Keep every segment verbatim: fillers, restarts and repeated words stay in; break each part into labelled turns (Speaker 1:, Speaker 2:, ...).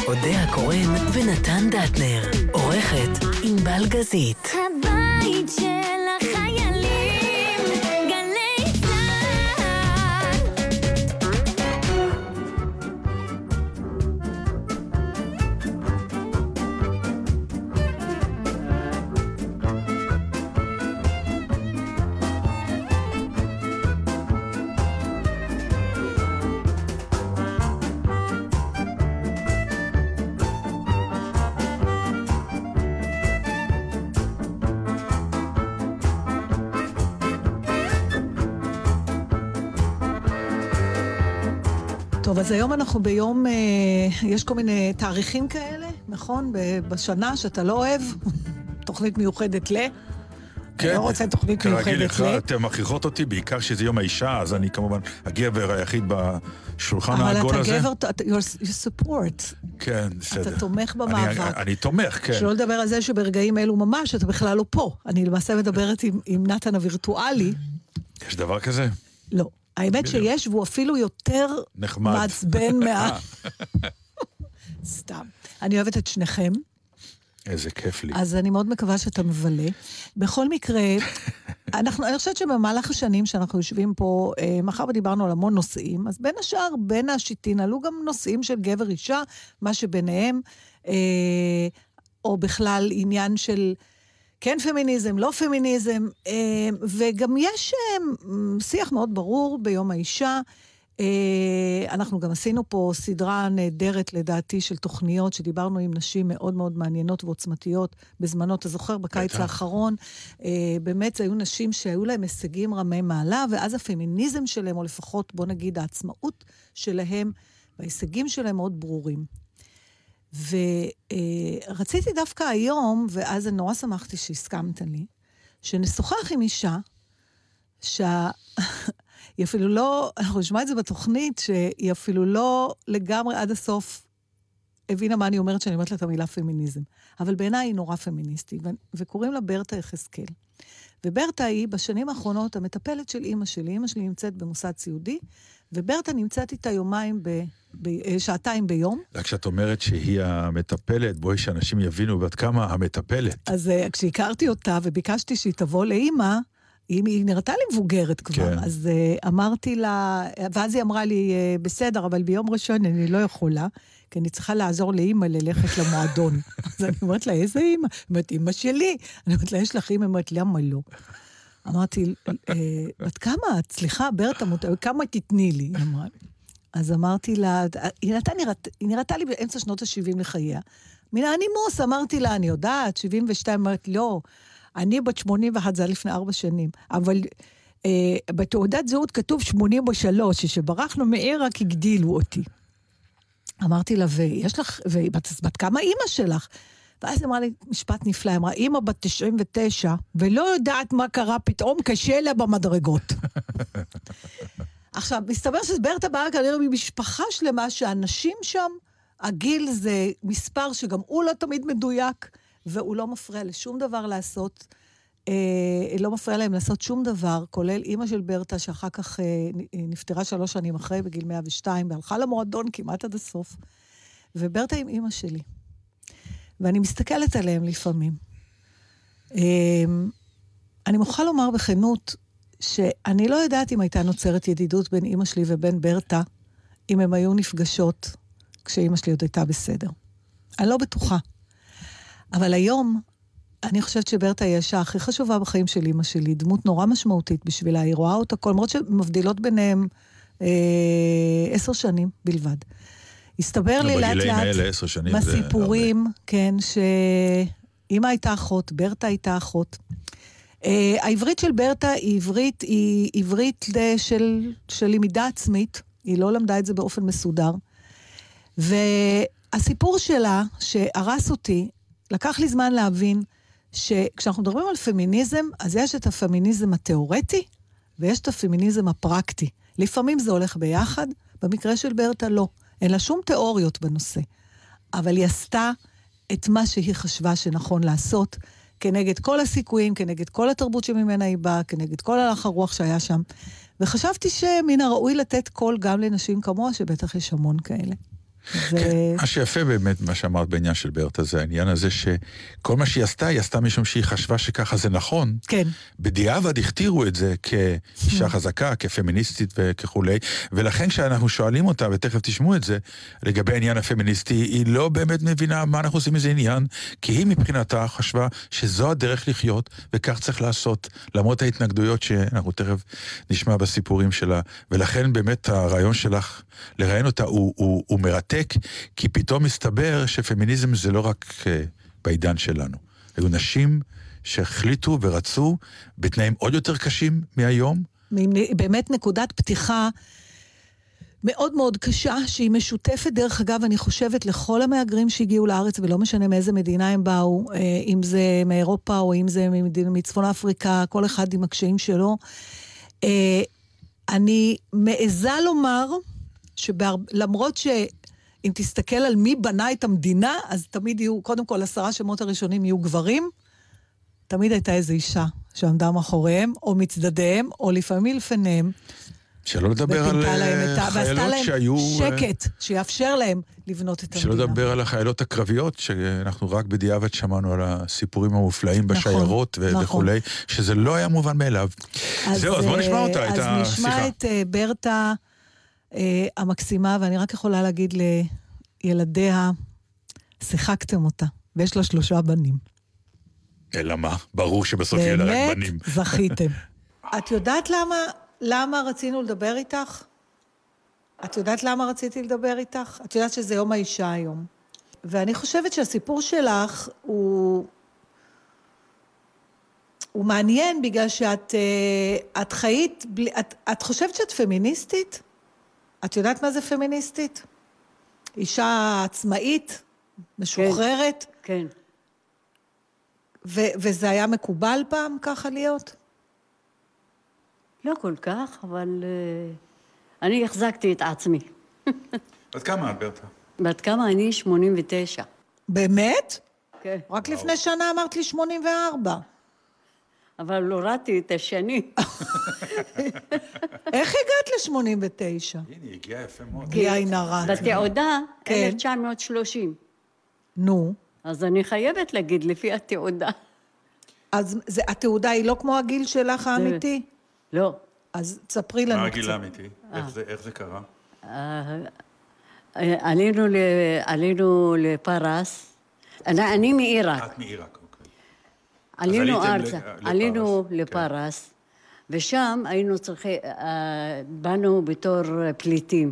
Speaker 1: אודיה הקורן ונתן דטנר. עורכת ענבל גזית.
Speaker 2: הבית של החיילים, גלי צהל.
Speaker 3: טוב, אז היום אנחנו ביום, יש כל מיני תאריכים כאלה, נכון? בשנה שאתה לא אוהב, תוכנית מיוחדת ל...
Speaker 4: כן.
Speaker 3: אני לא רוצה תוכנית מיוחדת ל...
Speaker 4: כרגיל, אתם מכריחות אותי, בעיקר שזה יום האישה, אז אני כמובן הגבר היחיד בשולחן העגול הזה.
Speaker 3: אבל אתה גבר, you support.
Speaker 4: כן, בסדר.
Speaker 3: אתה תומך במאבק.
Speaker 4: אני, אני תומך, כן.
Speaker 3: שלא לדבר על זה שברגעים אלו ממש, אתה בכלל לא פה. אני למעשה מדברת עם, עם נתן הווירטואלי.
Speaker 4: יש דבר כזה?
Speaker 3: לא. האמת שיש, והוא אפילו יותר
Speaker 4: נחמד.
Speaker 3: מעצבן מה... סתם. אני אוהבת את שניכם.
Speaker 4: איזה כיף לי.
Speaker 3: אז אני מאוד מקווה שאתה מבלה. בכל מקרה, אנחנו, אני חושבת שבמהלך השנים שאנחנו יושבים פה, אה, מאחר ודיברנו על המון נושאים, אז בין השאר, בין השיטין, עלו גם נושאים של גבר אישה, מה שביניהם, אה, או בכלל עניין של... כן פמיניזם, לא פמיניזם, וגם יש שיח מאוד ברור ביום האישה. אנחנו גם עשינו פה סדרה נהדרת לדעתי של תוכניות שדיברנו עם נשים מאוד מאוד מעניינות ועוצמתיות בזמנו, אתה זוכר, בקיץ האחרון, באמת היו נשים שהיו להם הישגים רמי מעלה, ואז הפמיניזם שלהם, או לפחות בוא נגיד העצמאות שלהם, וההישגים שלהם מאוד ברורים. ורציתי דווקא היום, ואז אני נורא שמחתי שהסכמת לי, שנשוחח עם אישה, שהיא אפילו לא, אנחנו נשמע את זה בתוכנית, שהיא אפילו לא לגמרי עד הסוף הבינה מה אני אומרת, שאני אומרת לה את המילה פמיניזם. אבל בעיניי היא נורא פמיניסטית, וקוראים לה ברטה יחזקאל. וברטה היא בשנים האחרונות המטפלת של אמא שלי, אמא שלי נמצאת במוסד סיעודי, וברטה נמצאת איתה יומיים ב... שעתיים ביום.
Speaker 4: רק שאת אומרת שהיא המטפלת, בואי שאנשים יבינו בת כמה המטפלת.
Speaker 3: אז כשהכרתי אותה וביקשתי שהיא תבוא לאמא, היא נראתה לי מבוגרת כבר, כן. אז אמרתי לה, ואז היא אמרה לי, בסדר, אבל ביום ראשון אני לא יכולה, כי אני צריכה לעזור לאמא ללכת למועדון. אז אני אומרת לה, איזה אמא? היא אומרת, אמא שלי. אני אומרת לה, יש לך אמא? היא אומרת, למה לא? אמרתי, בת כמה? סליחה, ברטה, כמה תתני לי? היא אמרה לי. אז אמרתי לה, היא נראתה, נראית, היא נראתה לי באמצע שנות ה-שבעים לחייה. מן הנימוס, אמרתי לה, אני יודעת, שבעים ושתיים, אמרת, לא, אני בת שמונים ואחת, זה לפני ארבע שנים, אבל אה, בתעודת זהות כתוב שמונים ושלוש, שברחנו מעיר רק הגדילו אותי. אמרתי לה, ויש לך, ובת, בת כמה אימא שלך? ואז אמרה לי משפט נפלא, אמרה, אימא בת תשעים ותשע, ולא יודעת מה קרה, פתאום קשה לה במדרגות. עכשיו, מסתבר שברטה באה כנראה ממשפחה שלמה, שהאנשים שם, הגיל זה מספר שגם הוא לא תמיד מדויק, והוא לא מפריע לשום דבר לעשות, אה, לא מפריע להם לעשות שום דבר, כולל אמא של ברטה, שאחר כך אה, נפטרה שלוש שנים אחרי, בגיל מאה ושתיים, והלכה למועדון כמעט עד הסוף. וברטה עם אמא שלי. ואני מסתכלת עליהם לפעמים. אה, אני מוכרחה לומר בכנות, שאני לא יודעת אם הייתה נוצרת ידידות בין אמא שלי ובין ברטה, אם הם היו נפגשות כשאמא שלי עוד הייתה בסדר. אני לא בטוחה. אבל היום, אני חושבת שברטה היא האישה הכי חשובה בחיים של אמא שלי, דמות נורא משמעותית בשבילה, היא רואה אותה, כל למרות שמבדילות ביניהם אה, עשר שנים בלבד. הסתבר לי לאט לאט מהסיפורים, כן, שאמא הייתה אחות, ברטה הייתה אחות, העברית של ברטה היא עברית, היא עברית של, של למידה עצמית, היא לא למדה את זה באופן מסודר, והסיפור שלה שהרס אותי, לקח לי זמן להבין שכשאנחנו מדברים על פמיניזם, אז יש את הפמיניזם התיאורטי, ויש את הפמיניזם הפרקטי. לפעמים זה הולך ביחד, במקרה של ברטה לא, אין לה שום תיאוריות בנושא, אבל היא עשתה את מה שהיא חשבה שנכון לעשות, כנגד כל הסיכויים, כנגד כל התרבות שממנה היא באה, כנגד כל הלך הרוח שהיה שם. וחשבתי שמן הראוי לתת קול גם לנשים כמוה, שבטח יש המון כאלה. זה...
Speaker 4: כן, מה שיפה באמת, מה שאמרת בעניין של ברטה, זה העניין הזה שכל מה שהיא עשתה, היא עשתה משום שהיא חשבה שככה זה נכון.
Speaker 3: כן.
Speaker 4: בדיעבד הכתירו את זה כאישה חזקה, כפמיניסטית וככולי, ולכן כשאנחנו שואלים אותה, ותכף תשמעו את זה, לגבי העניין הפמיניסטי, היא לא באמת מבינה מה אנחנו עושים איזה עניין, כי היא מבחינתה חשבה שזו הדרך לחיות, וכך צריך לעשות, למרות ההתנגדויות שאנחנו תכף נשמע בסיפורים שלה, ולכן באמת הרעיון שלך לראיין אותה הוא, הוא, הוא מרתק, כי פתאום מסתבר שפמיניזם זה לא רק uh, בעידן שלנו. היו נשים שהחליטו ורצו בתנאים עוד יותר קשים מהיום.
Speaker 3: באמת נקודת פתיחה מאוד מאוד קשה, שהיא משותפת דרך אגב, אני חושבת, לכל המהגרים שהגיעו לארץ, ולא משנה מאיזה מדינה הם באו, אם זה מאירופה או אם זה מצפון אפריקה, כל אחד עם הקשיים שלו. אני מעזה לומר, שלמרות שאם תסתכל על מי בנה את המדינה, אז תמיד יהיו, קודם כל, עשרה שמות הראשונים יהיו גברים, תמיד הייתה איזו אישה שעמדה מאחוריהם, או מצדדיהם, או לפעמים לפניהם.
Speaker 4: שלא לדבר על חיילות שהיו...
Speaker 3: שקט, שיאפשר להם לבנות את המדינה.
Speaker 4: שלא לדבר על החיילות הקרביות, שאנחנו רק בדיעבד שמענו על הסיפורים המופלאים בשיירות וכולי, שזה לא היה מובן מאליו. זהו, אז בוא נשמע אותה, את השיחה.
Speaker 3: אז נשמע את ברטה המקסימה, ואני רק יכולה להגיד לילדיה, שיחקתם אותה, ויש לה שלושה בנים.
Speaker 4: אלא מה? ברור שבסוף יהיה לה רק בנים.
Speaker 3: באמת זכיתם. את יודעת למה... למה רצינו לדבר איתך? את יודעת למה רציתי לדבר איתך? את יודעת שזה יום האישה היום. ואני חושבת שהסיפור שלך הוא, הוא מעניין בגלל שאת את חיית, את, את חושבת שאת פמיניסטית? את יודעת מה זה פמיניסטית? אישה עצמאית, משוחררת?
Speaker 5: כן.
Speaker 3: ו, וזה היה מקובל פעם ככה להיות?
Speaker 5: לא כל כך, אבל uh, אני החזקתי את עצמי.
Speaker 4: בת כמה את, ברטה?
Speaker 5: בת כמה אני? שמונים ותשע.
Speaker 3: באמת?
Speaker 5: כן.
Speaker 3: רק לפני שנה אמרת לי שמונים וארבע.
Speaker 5: אבל לא ראיתי את השני.
Speaker 3: איך הגעת ל-שמונים ותשע?
Speaker 4: הנה, היא הגיעה יפה מאוד.
Speaker 3: בלי עין הרע.
Speaker 5: בתעודה,
Speaker 3: כן.
Speaker 5: אלף תשע מאות שלושים.
Speaker 3: נו.
Speaker 5: אז אני חייבת להגיד, לפי התעודה.
Speaker 3: אז זה, התעודה היא לא כמו הגיל שלך האמיתי?
Speaker 5: לא.
Speaker 3: אז תספרי לנו
Speaker 4: מה
Speaker 3: קצת.
Speaker 4: הגיל האמיתי? איך זה, איך זה קרה?
Speaker 5: עלינו, ל, עלינו לפרס. אני, אני מעיראק.
Speaker 4: את מעיראק, אוקיי.
Speaker 5: עלינו
Speaker 4: אז
Speaker 5: ארצה,
Speaker 4: לפרס,
Speaker 5: עלינו
Speaker 4: כן.
Speaker 5: לפרס, ושם היינו צריכים, באנו בתור פליטים.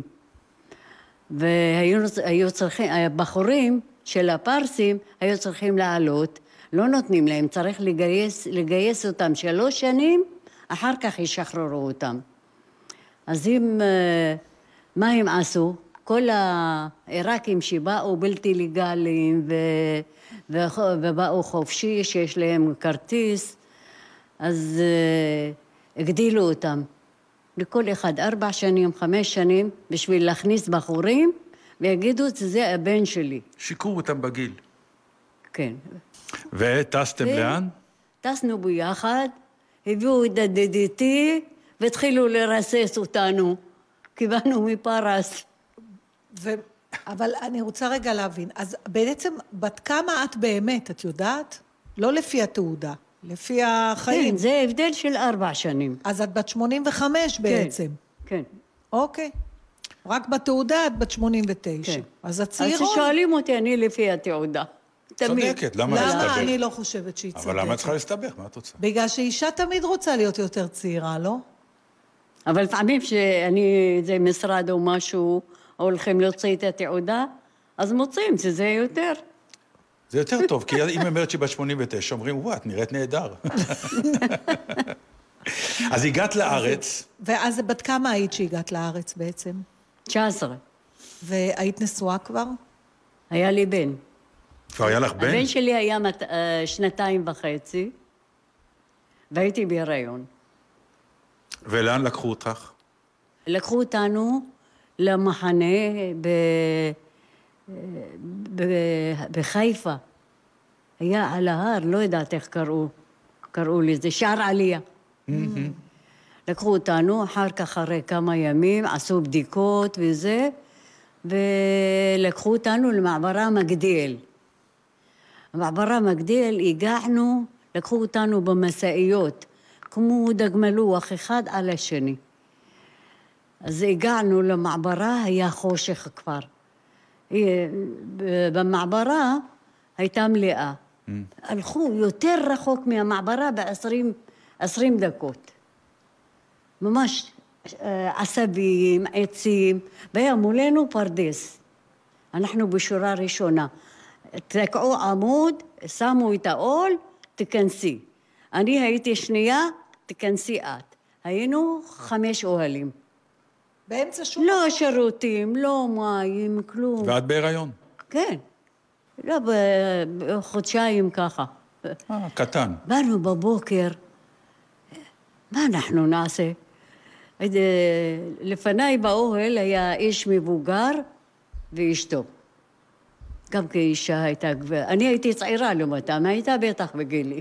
Speaker 5: והיו צריכים, הבחורים של הפרסים היו צריכים לעלות, לא נותנים להם, צריך לגייס, לגייס אותם שלוש שנים, אחר כך ישחררו אותם. אז הם, מה הם עשו? כל העיראקים שבאו בלתי לגליים ו... ובאו חופשי, שיש להם כרטיס, אז uh, הגדילו אותם. לכל אחד ארבע שנים, חמש שנים, בשביל להכניס בחורים, ויגידו שזה הבן שלי.
Speaker 4: שיקרו אותם בגיל.
Speaker 5: כן.
Speaker 4: וטסתם לאן?
Speaker 5: טסנו ביחד, הביאו את הדדיתי, והתחילו לרסס אותנו. קיבלנו מפרס.
Speaker 3: ו... אבל אני רוצה רגע להבין, אז בעצם בת כמה את באמת, את יודעת? לא לפי התעודה, לפי החיים.
Speaker 5: כן, זה הבדל של ארבע שנים.
Speaker 3: אז את בת שמונים וחמש בעצם.
Speaker 5: כן.
Speaker 3: אוקיי. רק בתעודה את בת שמונים ותשע.
Speaker 5: כן.
Speaker 3: אז
Speaker 5: אז
Speaker 3: הצעירות...
Speaker 5: ששואלים אותי, אני לפי התעודה. תמיד.
Speaker 4: צודקת, למה
Speaker 3: למה?
Speaker 4: להסתבך?
Speaker 3: אני לא חושבת שהיא צודקת.
Speaker 4: אבל למה את צריכה להסתבך? מה את רוצה?
Speaker 3: בגלל שאישה תמיד רוצה להיות יותר צעירה, לא?
Speaker 5: אבל לפעמים שאני, זה משרד או משהו, או הולכים להוציא את התעודה, אז מוצאים שזה יותר.
Speaker 4: זה יותר טוב, כי אם אומרת שהיא בת שמונים ותשע, אומרים, וואה, את נראית נהדר. אז הגעת לארץ.
Speaker 3: ואז בת כמה היית שהגעת לארץ בעצם?
Speaker 5: תשע עשרה.
Speaker 3: והיית נשואה כבר?
Speaker 5: היה לי בן.
Speaker 4: כבר היה לך בן?
Speaker 5: הבן שלי היה מת, שנתיים וחצי, והייתי בהיריון.
Speaker 4: ולאן לקחו אותך?
Speaker 5: לקחו אותנו למחנה ב... ב... בחיפה. היה על ההר, לא יודעת איך קראו, קראו לזה, שער עלייה. לקחו אותנו, אחר כך אחרי כמה ימים, עשו בדיקות וזה, ולקחו אותנו למעברה מגדיאל. המעברה מגדיאל, הגענו, לקחו אותנו במסעיות, כמו דג מלוח אחד על השני. אז הגענו למעברה, היה חושך כבר. במעברה הייתה מלאה. Mm. הלכו יותר רחוק מהמעברה בעשרים, עשרים דקות. ממש עשבים, עצים, והיה מולנו פרדס. אנחנו בשורה ראשונה. תקעו עמוד, שמו את העול, תכנסי. אני הייתי שנייה, תכנסי את. היינו חמש אוהלים.
Speaker 3: באמצע שום...
Speaker 5: לא שירותים, לא מים, כלום.
Speaker 4: ואת בהיריון?
Speaker 5: כן. לא, בחודשיים ככה.
Speaker 4: אה, קטן.
Speaker 5: באנו בבוקר, מה אנחנו נעשה? לפניי באוהל היה איש מבוגר ואשתו. גם כאישה הייתה גבוהה. אני הייתי צעירה לעומתם, הייתה בטח בגילי.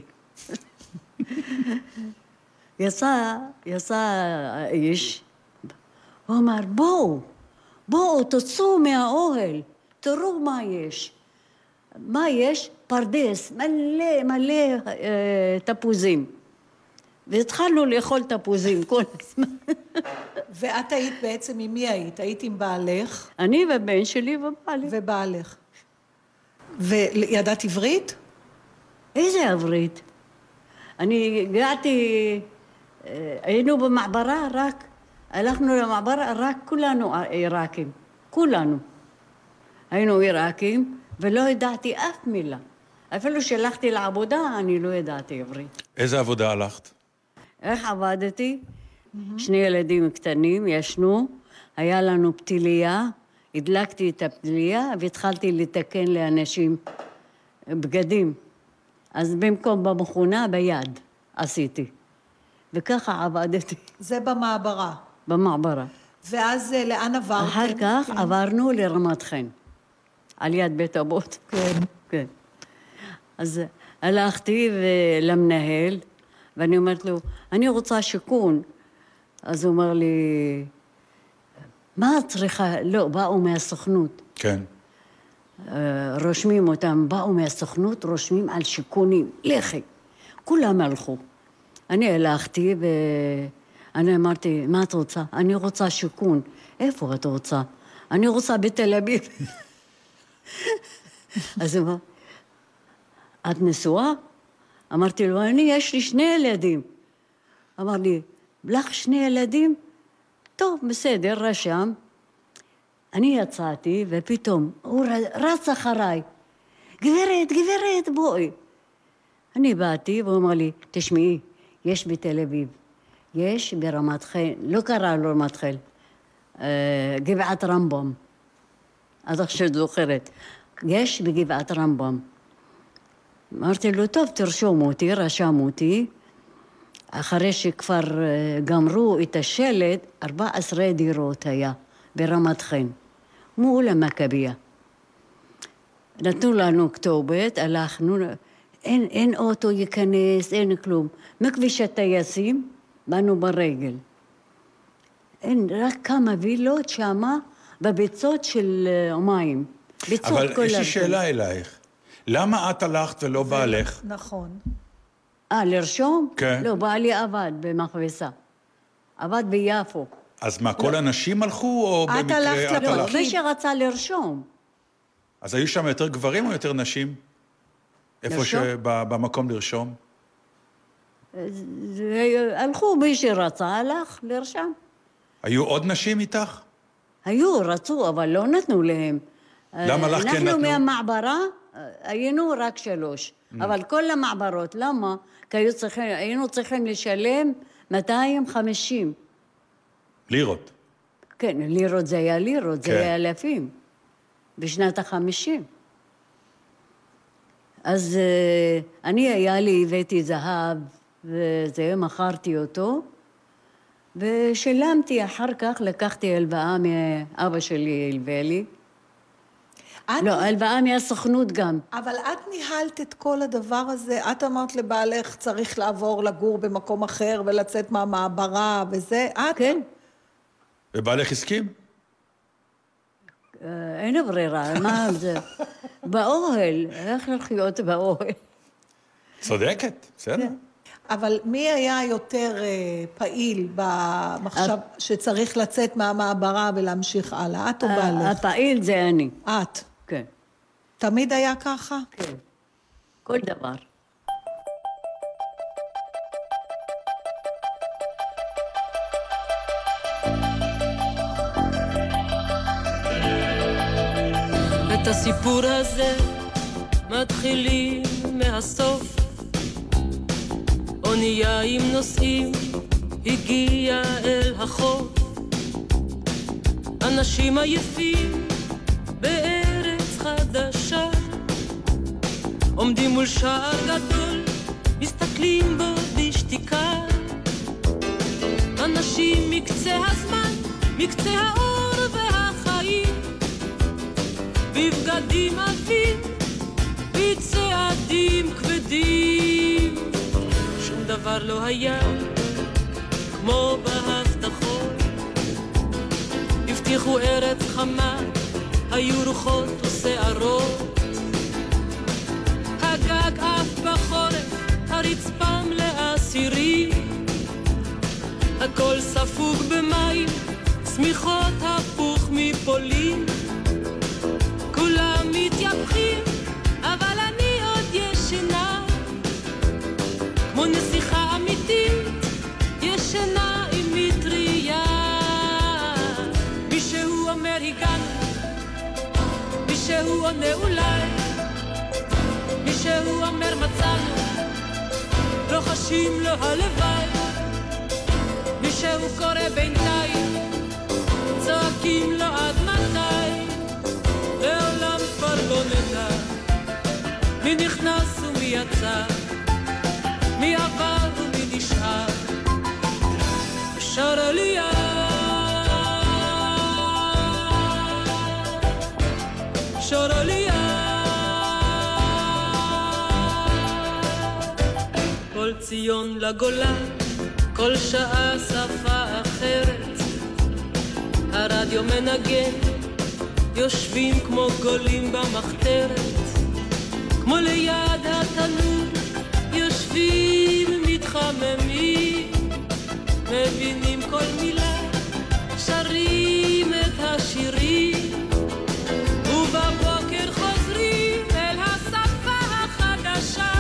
Speaker 5: יצא, יצא האיש, הוא אמר, בואו, בואו, תצאו מהאוהל, תראו מה יש. מה יש? פרדס, מלא, מלא אה, תפוזים. והתחלנו לאכול תפוזים כל הזמן.
Speaker 3: ואת היית בעצם, עם מי היית? היית עם בעלך?
Speaker 5: אני ובן שלי ובעלי.
Speaker 3: ובעלך. וידעת עברית?
Speaker 5: איזה עברית? אני הגעתי, היינו במעברה רק, הלכנו למעברה רק כולנו עיראקים. כולנו. היינו עיראקים ולא ידעתי אף מילה. אפילו שלחתי לעבודה, אני לא ידעתי עברית.
Speaker 4: איזה עבודה הלכת?
Speaker 5: איך עבדתי? Mm-hmm. שני ילדים קטנים, ישנו, היה לנו פתיליה, הדלקתי את הפתיליה והתחלתי לתקן לאנשים בגדים. אז במקום במכונה, ביד עשיתי. וככה עבדתי.
Speaker 3: זה במעברה.
Speaker 5: במעברה.
Speaker 3: ואז לאן עברתם?
Speaker 5: אחר כך כן. עברנו לרמת חן, על יד בית אבות.
Speaker 3: כן.
Speaker 5: כן. אז הלכתי למנהל, ואני אומרת לו, אני רוצה שיכון. אז הוא אומר לי, מה את צריכה? לא, באו מהסוכנות.
Speaker 4: כן.
Speaker 5: רושמים אותם, באו מהסוכנות, רושמים על שיכונים, לכי. כולם הלכו. אני הלכתי ואני אמרתי, מה את רוצה? אני רוצה שיכון. איפה את רוצה? אני רוצה בתל אביב. אז הוא אמר, את נשואה? אמרתי לו, אני, יש לי שני ילדים. אמר לי, לך שני ילדים? טוב, בסדר, רשם. אני יצאתי, ופתאום הוא רץ אחריי. גברת, גברת, בואי. אני באתי, והוא אמר לי, תשמעי, יש בתל אביב, יש ברמת חן, לא קרא לו רמת חן, גבעת רמב"ם. עד עכשיו זוכרת. יש בגבעת רמב"ם. אמרתי לו, טוב, תרשום אותי, רשם אותי. אחרי שכבר גמרו את השלט, ארבע עשרה דירות היה ברמת חן, מול המכביה. נתנו לנו כתובת, הלכנו, אין, אין אוטו ייכנס, אין כלום. מכביש הטייסים, באנו ברגל. אין, רק כמה וילות שמה בביצות של מים.
Speaker 4: אבל יש לי שאלה אלייך. למה את הלכת ולא בעלך?
Speaker 3: נכון.
Speaker 5: אה, לרשום?
Speaker 4: כן.
Speaker 5: לא, בעלי עבד במחבסה. עבד ביפו.
Speaker 4: אז מה, כל הנשים הלכו או
Speaker 3: את
Speaker 4: במקרה
Speaker 3: הלכת
Speaker 4: את
Speaker 5: לא,
Speaker 4: הלכת?
Speaker 5: מי שרצה לרשום.
Speaker 4: אז היו שם יותר גברים או יותר נשים? איפה
Speaker 5: לרשום?
Speaker 4: שבמקום לרשום?
Speaker 5: זה- הלכו, מי שרצה הלך לרשם.
Speaker 4: היו עוד נשים איתך?
Speaker 5: היו, רצו, אבל לא נתנו להם.
Speaker 4: למה לך כן
Speaker 5: אנחנו
Speaker 4: נתנו?
Speaker 5: מהמעברה היינו רק שלוש. אבל כל המעברות, למה? כי היו צריכים, היינו צריכים לשלם מאתיים וחמישים.
Speaker 4: לירות.
Speaker 5: כן, לירות זה היה לירות, זה
Speaker 4: כן.
Speaker 5: היה אלפים. בשנת החמישים. אז אה, אני היה לי, הבאתי זהב, וזה, מכרתי אותו, ושילמתי אחר כך, לקחתי הלוואה מאבא שלי, הלווה לי.
Speaker 3: את-
Speaker 5: לא, הלוואה מהסוכנות גם.
Speaker 3: אבל את ניהלת את כל הדבר הזה, את אמרת לבעלך צריך לעבור לגור במקום אחר ולצאת מהמעברה וזה, את?
Speaker 5: כן.
Speaker 4: ובעלך הסכים?
Speaker 5: אה, אין ברירה, מה זה? באוהל, איך לחיות באוהל?
Speaker 4: צודקת, בסדר.
Speaker 3: אבל מי היה יותר אה, פעיל במחשב שצריך לצאת מהמעברה ולהמשיך הלאה? את או בעלך?
Speaker 5: הפעיל זה אני.
Speaker 3: את.
Speaker 5: כן,
Speaker 3: תמיד היה ככה?
Speaker 5: כן. כל דבר.
Speaker 6: את הסיפור הזה מתחילים מהסוף. אונייה עם נוסעים הגיעה אל החוף. אנשים עייפים בארץ חדשה עומדים מול שער גדול, מסתכלים בו בשתיקה. אנשים מקצה הזמן, מקצה האור והחיים, בבגדים עבים, בצעדים כבדים. שום דבר לא היה כמו בהבטחות. הבטיחו ארץ חמה, היו רוחות ושערות. הגג אף בחורף, הרצפה מלאה סירים. הכל ספוג במים, צמיחות הפוך מפולין. כולם מתייפחים, אבל אני עוד ישנה, כמו נסיכה אמיתית, ישנה עם מטריה. מישהו אומר הגענו, מישהו עונה אולי, מישהו אומר מצאנו, לוחשים לו הלוואי. מישהו קורא בינתיים, צועקים לו עד מתי, לעולם כבר לא נדע מי נכנס ומי יצא, מי עבר ומי נשאר. שר עלייה, שר עלייה, כל ציון לגולה, כל שעה שפה אחרת. הרדיו מנגן, יושבים כמו גולים במחתרת, כמו ליד התנור, יושבים מתחממים, מבינים כל מילה, שרים את השירים, ובבוקר חוזרים אל השפה החדשה,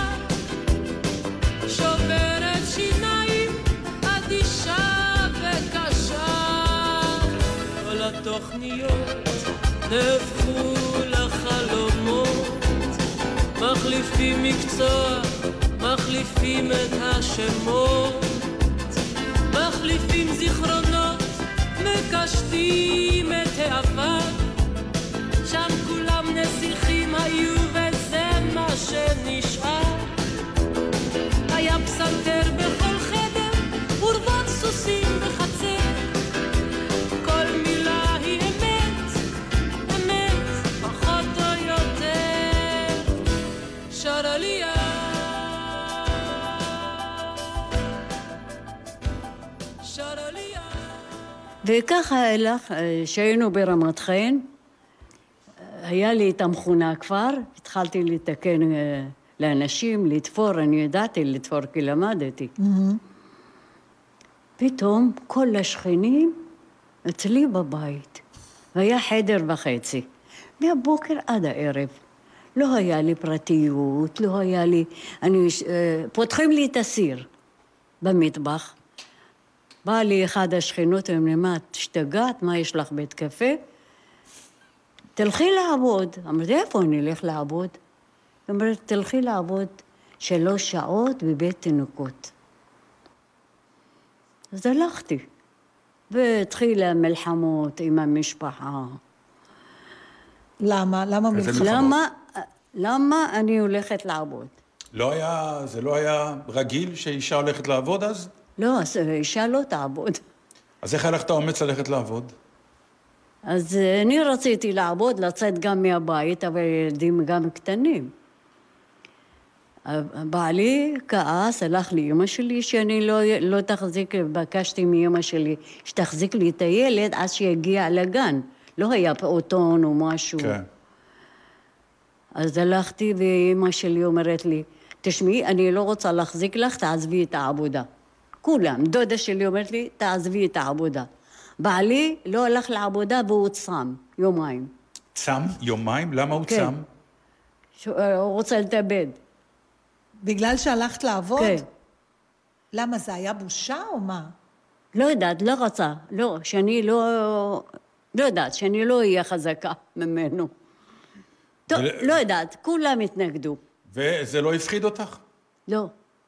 Speaker 6: שוברת שיניים, אדישה וקשה. כל התוכניות נהפכו לחלומות, מחליפים מקצוע, מחליפים את השמות, מחליפים זיכרונות, מקשטים את העבר. שם כולם נסיכים היו וזה מה שנשאר. היה פסנתר בכל חדר, ורבות סוסים בחצר. כל מילה היא אמת, אמת, פחות או יותר. שר עלייה, שר עלייה.
Speaker 5: וככה הלך, שהיינו ברמת חן, היה לי את המכונה כבר, התחלתי לתקן לאנשים, לתפור, אני ידעתי לתפור כי למדתי. פתאום כל השכנים אצלי בבית, והיה חדר וחצי, מהבוקר עד הערב. לא היה לי פרטיות, לא היה לי, אני, פותחים לי את הסיר במטבח. באה לי אחד השכנות, ואומרים, מה, תשתגעת, מה יש לך בית קפה? תלכי לעבוד. אמרתי, איפה אני אלך לעבוד? היא אומרת, תלכי לעבוד שלוש שעות בבית תינוקות. אז הלכתי, והתחילה מלחמות עם המשפחה.
Speaker 3: למה? למה מלחמות?
Speaker 5: למה, למה אני הולכת לעבוד?
Speaker 4: לא היה, זה לא היה רגיל שאישה הולכת לעבוד אז?
Speaker 5: לא, אישה לא תעבוד.
Speaker 4: אז איך הלכת אומץ ללכת לעבוד?
Speaker 5: אז אני רציתי לעבוד, לצאת גם מהבית, אבל ילדים גם קטנים. בעלי כעס, הלך לאמא שלי שאני לא, לא תחזיק, בקשתי מאמא שלי שתחזיק לי את הילד עד שיגיע לגן, לא היה פעוטון או משהו.
Speaker 4: כן.
Speaker 5: אז הלכתי, ואמא שלי אומרת לי, תשמעי, אני לא רוצה להחזיק לך, תעזבי את העבודה. כולם, דודה שלי אומרת לי, תעזבי את העבודה. בעלי לא הלך לעבודה והוא צם, יומיים.
Speaker 4: צם? יומיים? למה הוא
Speaker 5: כן.
Speaker 4: צם?
Speaker 5: ש- הוא רוצה להתאבד.
Speaker 3: בגלל שהלכת לעבוד?
Speaker 5: כן.
Speaker 3: למה, זה היה בושה או מה?
Speaker 5: לא יודעת, לא רצה. לא, שאני לא... לא יודעת, שאני לא אהיה חזקה ממנו. טוב,
Speaker 4: ול-
Speaker 5: לא יודעת, כולם התנגדו.
Speaker 4: וזה לא הפחיד אותך?
Speaker 5: לא.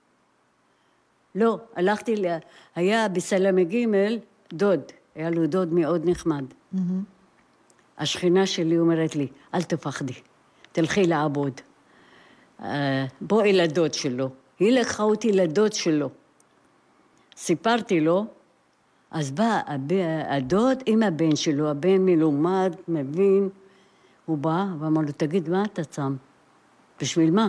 Speaker 5: לא, הלכתי, ל... היה בסלמה ג' דוד, היה לו דוד מאוד נחמד. השכינה שלי אומרת לי, אל תפחדי, תלכי לעבוד. אה, בואי לדוד שלו. היא לקחה אותי לדוד שלו. סיפרתי לו, אז בא הב- הדוד עם הבן שלו, הבן מלומד, מבין, הוא בא ואמר לו, תגיד, מה אתה צם? בשביל מה?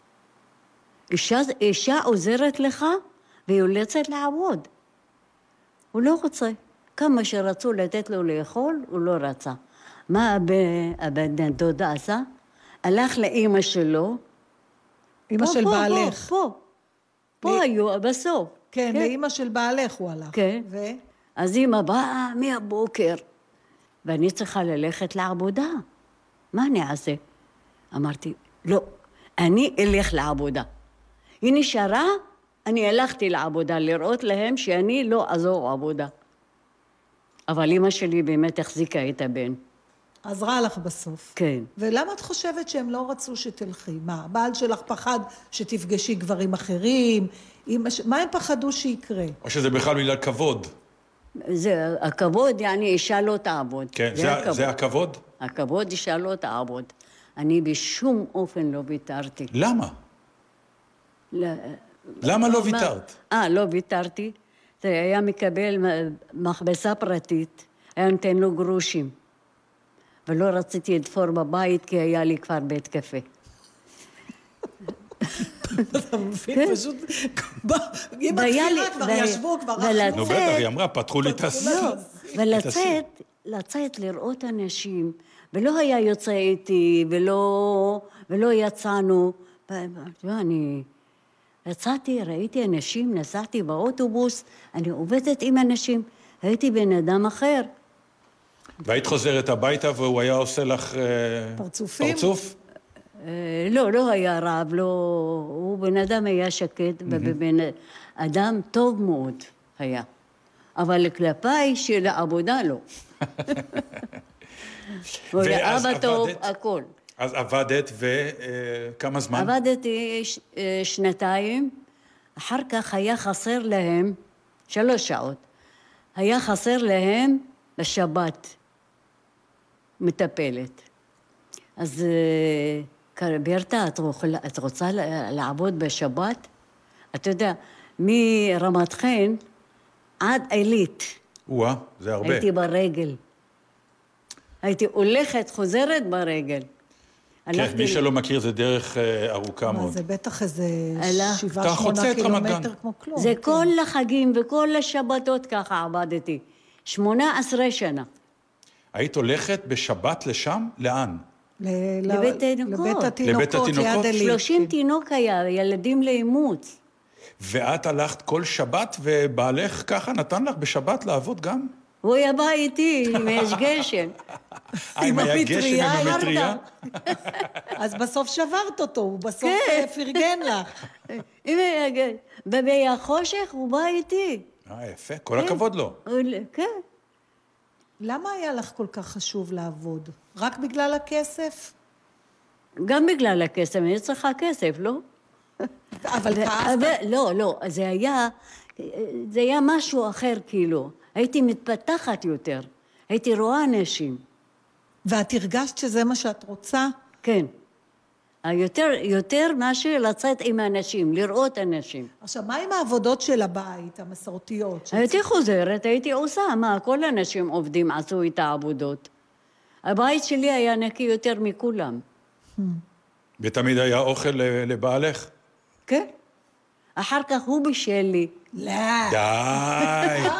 Speaker 5: אישה, אישה עוזרת לך והיא יוצאת לעבוד. הוא לא רוצה. כמה שרצו לתת לו לאכול, הוא לא רצה. מה הבן, הבן דוד עשה? הלך לאמא שלו.
Speaker 3: אמא
Speaker 5: פה,
Speaker 3: של
Speaker 5: פה,
Speaker 3: בעלך.
Speaker 5: פה, פה. פה
Speaker 3: ל-
Speaker 5: היו, בסוף.
Speaker 3: כן, לאמא של בעלך הוא הלך.
Speaker 5: כן.
Speaker 3: ו?
Speaker 5: אז אמא באה מהבוקר, ואני צריכה ללכת לעבודה. מה אני אעשה? אמרתי, לא, אני אלך לעבודה. היא נשארה, אני הלכתי לעבודה, לראות להם שאני לא אעזור עבודה. אבל אמא שלי באמת החזיקה את הבן.
Speaker 3: עזרה לך בסוף.
Speaker 5: כן.
Speaker 3: ולמה את חושבת שהם לא רצו שתלכי? מה, הבעל שלך פחד שתפגשי גברים אחרים? אמא ש- מה הם פחדו שיקרה?
Speaker 4: או שזה בכלל בגלל כבוד?
Speaker 5: זה הכבוד, יעני, אישה לא תעבוד.
Speaker 4: כן, זה,
Speaker 5: הכבוד.
Speaker 4: זה הכבוד?
Speaker 5: הכבוד, אישה לא תעבוד. אני בשום אופן לא ויתרתי.
Speaker 4: למה?
Speaker 5: לא,
Speaker 4: למה לא
Speaker 5: מה-
Speaker 4: ויתרת?
Speaker 5: אה, לא ויתרתי. זה היה מקבל מכבסה פרטית, היה נותן לו גרושים. ולא רציתי לתפור בבית, כי היה לי כבר בית קפה.
Speaker 3: אתה מבין? פשוט... עם
Speaker 5: והיה לי-
Speaker 3: התפילה כבר
Speaker 5: ו-
Speaker 3: ישבו, כבר
Speaker 5: ולצאת-
Speaker 3: אכלו.
Speaker 4: נו בטח, היא אמרה, פתחו לי את הס...
Speaker 5: לא, ולצאת, לצאת לראות אנשים, ולא היה יוצא איתי, ולא, ולא יצאנו. ו- ו- אני יצאתי, ראיתי אנשים, נסעתי באוטובוס, אני עובדת עם אנשים, הייתי בן אדם אחר.
Speaker 4: והיית חוזרת הביתה והוא היה עושה לך... אה,
Speaker 3: פרצופים?
Speaker 4: פרצוף?
Speaker 5: אה, לא, לא היה רב, לא... הוא בן אדם היה שקט, ובן אדם טוב מאוד היה. אבל כלפיי של העבודה לא. הוא היה
Speaker 4: ואז
Speaker 5: אבא טוב,
Speaker 4: עבדת?
Speaker 5: הכל.
Speaker 4: אז עבדת וכמה זמן?
Speaker 5: עבדתי ש- אה, שנתיים, אחר כך היה חסר להם, שלוש שעות, היה חסר להם בשבת, מטפלת. אז אה, ברטה, את רוצ- את רוצה ל- לעבוד בשבת? אתה יודע, מרמת חן עד עילית,
Speaker 4: וואה, זה הרבה.
Speaker 5: הייתי ברגל. הייתי הולכת, חוזרת ברגל.
Speaker 4: כן,
Speaker 5: הלכתי-
Speaker 4: מי שלא מכיר זה דרך אה, ארוכה
Speaker 3: מה,
Speaker 4: מאוד.
Speaker 3: זה בטח איזה
Speaker 5: הלך.
Speaker 3: שבעה,
Speaker 4: אתה חוצה
Speaker 3: שמונה
Speaker 4: את רמת גן.
Speaker 3: קילומטר כמו כלום.
Speaker 5: זה
Speaker 3: כן.
Speaker 5: כל החגים וכל השבתות ככה עבדתי. שמונה עשרה שנה.
Speaker 4: היית הולכת בשבת לשם? לאן?
Speaker 3: ל-
Speaker 5: לבית
Speaker 3: ל-
Speaker 5: התינוקות.
Speaker 3: לבית
Speaker 4: לבית
Speaker 3: התינוקות, ליד
Speaker 4: התינוקות?
Speaker 3: עלי.
Speaker 5: שלושים תינוק היה, ילדים לאימוץ.
Speaker 4: ואת הלכת כל שבת ובעלך ככה נתן לך בשבת לעבוד גם?
Speaker 5: הוא היה בא איתי, אם יש גשם.
Speaker 4: אה, אם היה גשם
Speaker 3: המטריה,
Speaker 4: עם המטריה?
Speaker 3: אז בסוף שברת אותו, הוא בסוף
Speaker 5: כן.
Speaker 3: אה, פרגן לך.
Speaker 5: אם היה גשם. והיה חושך, הוא בא איתי.
Speaker 4: אה, יפה, כל הכבוד לו.
Speaker 5: הוא- כן.
Speaker 3: למה היה לך כל כך חשוב לעבוד? רק בגלל הכסף?
Speaker 5: גם בגלל הכסף, אני צריכה כסף, לא?
Speaker 3: אבל
Speaker 5: ו-
Speaker 3: כעסת?
Speaker 5: אבל- לא, לא, זה היה, זה היה משהו אחר כאילו. הייתי מתפתחת יותר. הייתי רואה אנשים.
Speaker 3: ואת הרגשת שזה מה שאת רוצה?
Speaker 5: כן. יותר, יותר מאשר לצאת עם אנשים, לראות אנשים.
Speaker 3: עכשיו, מה עם העבודות של הבית, המסורתיות? ש-
Speaker 5: הייתי חוזרת, הייתי עושה, מה, כל האנשים עובדים עשו את העבודות. הבית שלי היה נקי יותר מכולם.
Speaker 4: ותמיד היה אוכל ל- לבעלך?
Speaker 5: כן. אחר כך הוא בישל לי.
Speaker 3: לא.
Speaker 4: די.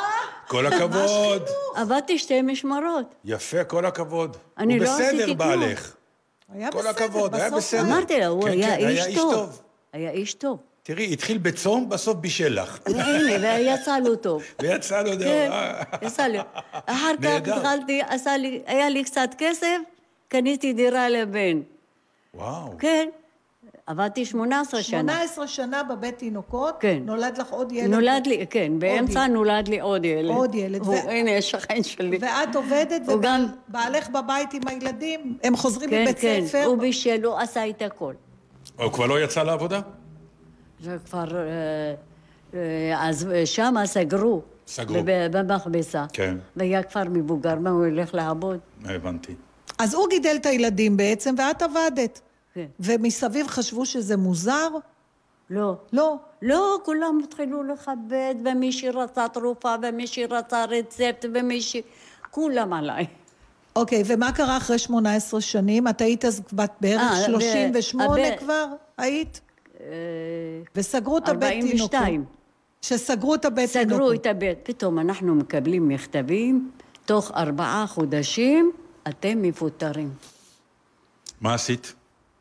Speaker 4: כל הכבוד.
Speaker 5: עבדתי שתי משמרות.
Speaker 4: יפה, כל הכבוד.
Speaker 5: אני
Speaker 4: הוא
Speaker 5: לא עשיתי
Speaker 4: בסדר,
Speaker 5: כלום.
Speaker 4: בעלך.
Speaker 3: היה
Speaker 4: כל
Speaker 3: בסדר,
Speaker 4: הכבוד, היה
Speaker 3: בסוף
Speaker 4: בסדר.
Speaker 5: אמרתי לה, הוא
Speaker 4: כן,
Speaker 5: היה
Speaker 4: כן, היה
Speaker 5: איש
Speaker 4: איש
Speaker 5: טוב.
Speaker 4: טוב.
Speaker 5: היה איש טוב.
Speaker 4: תראי, התחיל בצום, בסוף בישל לך.
Speaker 5: הנה, ויצא לו טוב.
Speaker 4: ויצא לו
Speaker 5: כן,
Speaker 4: דבר.
Speaker 5: יצא לי. אחר כך
Speaker 4: נהדר.
Speaker 5: התחלתי, עשה לי, היה לי קצת כסף, קניתי דירה לבן.
Speaker 4: וואו.
Speaker 5: כן, עבדתי שמונה עשרה שנה.
Speaker 3: שמונה עשרה שנה בבית תינוקות,
Speaker 5: כן.
Speaker 3: נולד לך עוד ילד.
Speaker 5: נולד לי, כן, באמצע
Speaker 3: ילד.
Speaker 5: נולד לי עוד ילד.
Speaker 3: עוד ילד.
Speaker 5: הוא,
Speaker 3: ו-
Speaker 5: הנה, השכן שלי.
Speaker 3: ואת עובדת,
Speaker 5: הוא גם-
Speaker 3: ובעלך בבית עם הילדים, הם חוזרים
Speaker 5: כן,
Speaker 3: מבית
Speaker 5: כן,
Speaker 3: ספר.
Speaker 5: הוא בישל, הוא עשה את הכל.
Speaker 4: הוא כבר לא יצא לעבודה?
Speaker 5: זה כבר, אה, אה, אז שמה סגרו.
Speaker 4: סגרו.
Speaker 5: בב- במכבסה.
Speaker 4: כן.
Speaker 5: והיה כבר מבוגר, מה הוא ילך לעבוד?
Speaker 4: הבנתי.
Speaker 3: אז הוא גידל את הילדים בעצם, ואת עבדת.
Speaker 5: כן.
Speaker 3: ומסביב חשבו שזה מוזר?
Speaker 5: לא.
Speaker 3: לא.
Speaker 5: לא, כולם התחילו לכבד, ומי שרצה תרופה, ומי שרצה רצפט, ומי ש... כולם עליי.
Speaker 3: אוקיי, ומה קרה אחרי שמונה עשרה שנים? את היית אז בת בערך
Speaker 5: אה,
Speaker 3: שלושים ושמונה
Speaker 5: הב-
Speaker 3: כבר? היית?
Speaker 5: אה,
Speaker 3: וסגרו את הבית
Speaker 5: ארבעים
Speaker 3: תינוקות.
Speaker 5: ושתיים.
Speaker 3: שסגרו את הבית תינוקות.
Speaker 5: סגרו את הבית. פתאום אנחנו מקבלים מכתבים, תוך ארבעה חודשים אתם מפוטרים.
Speaker 4: מה עשית?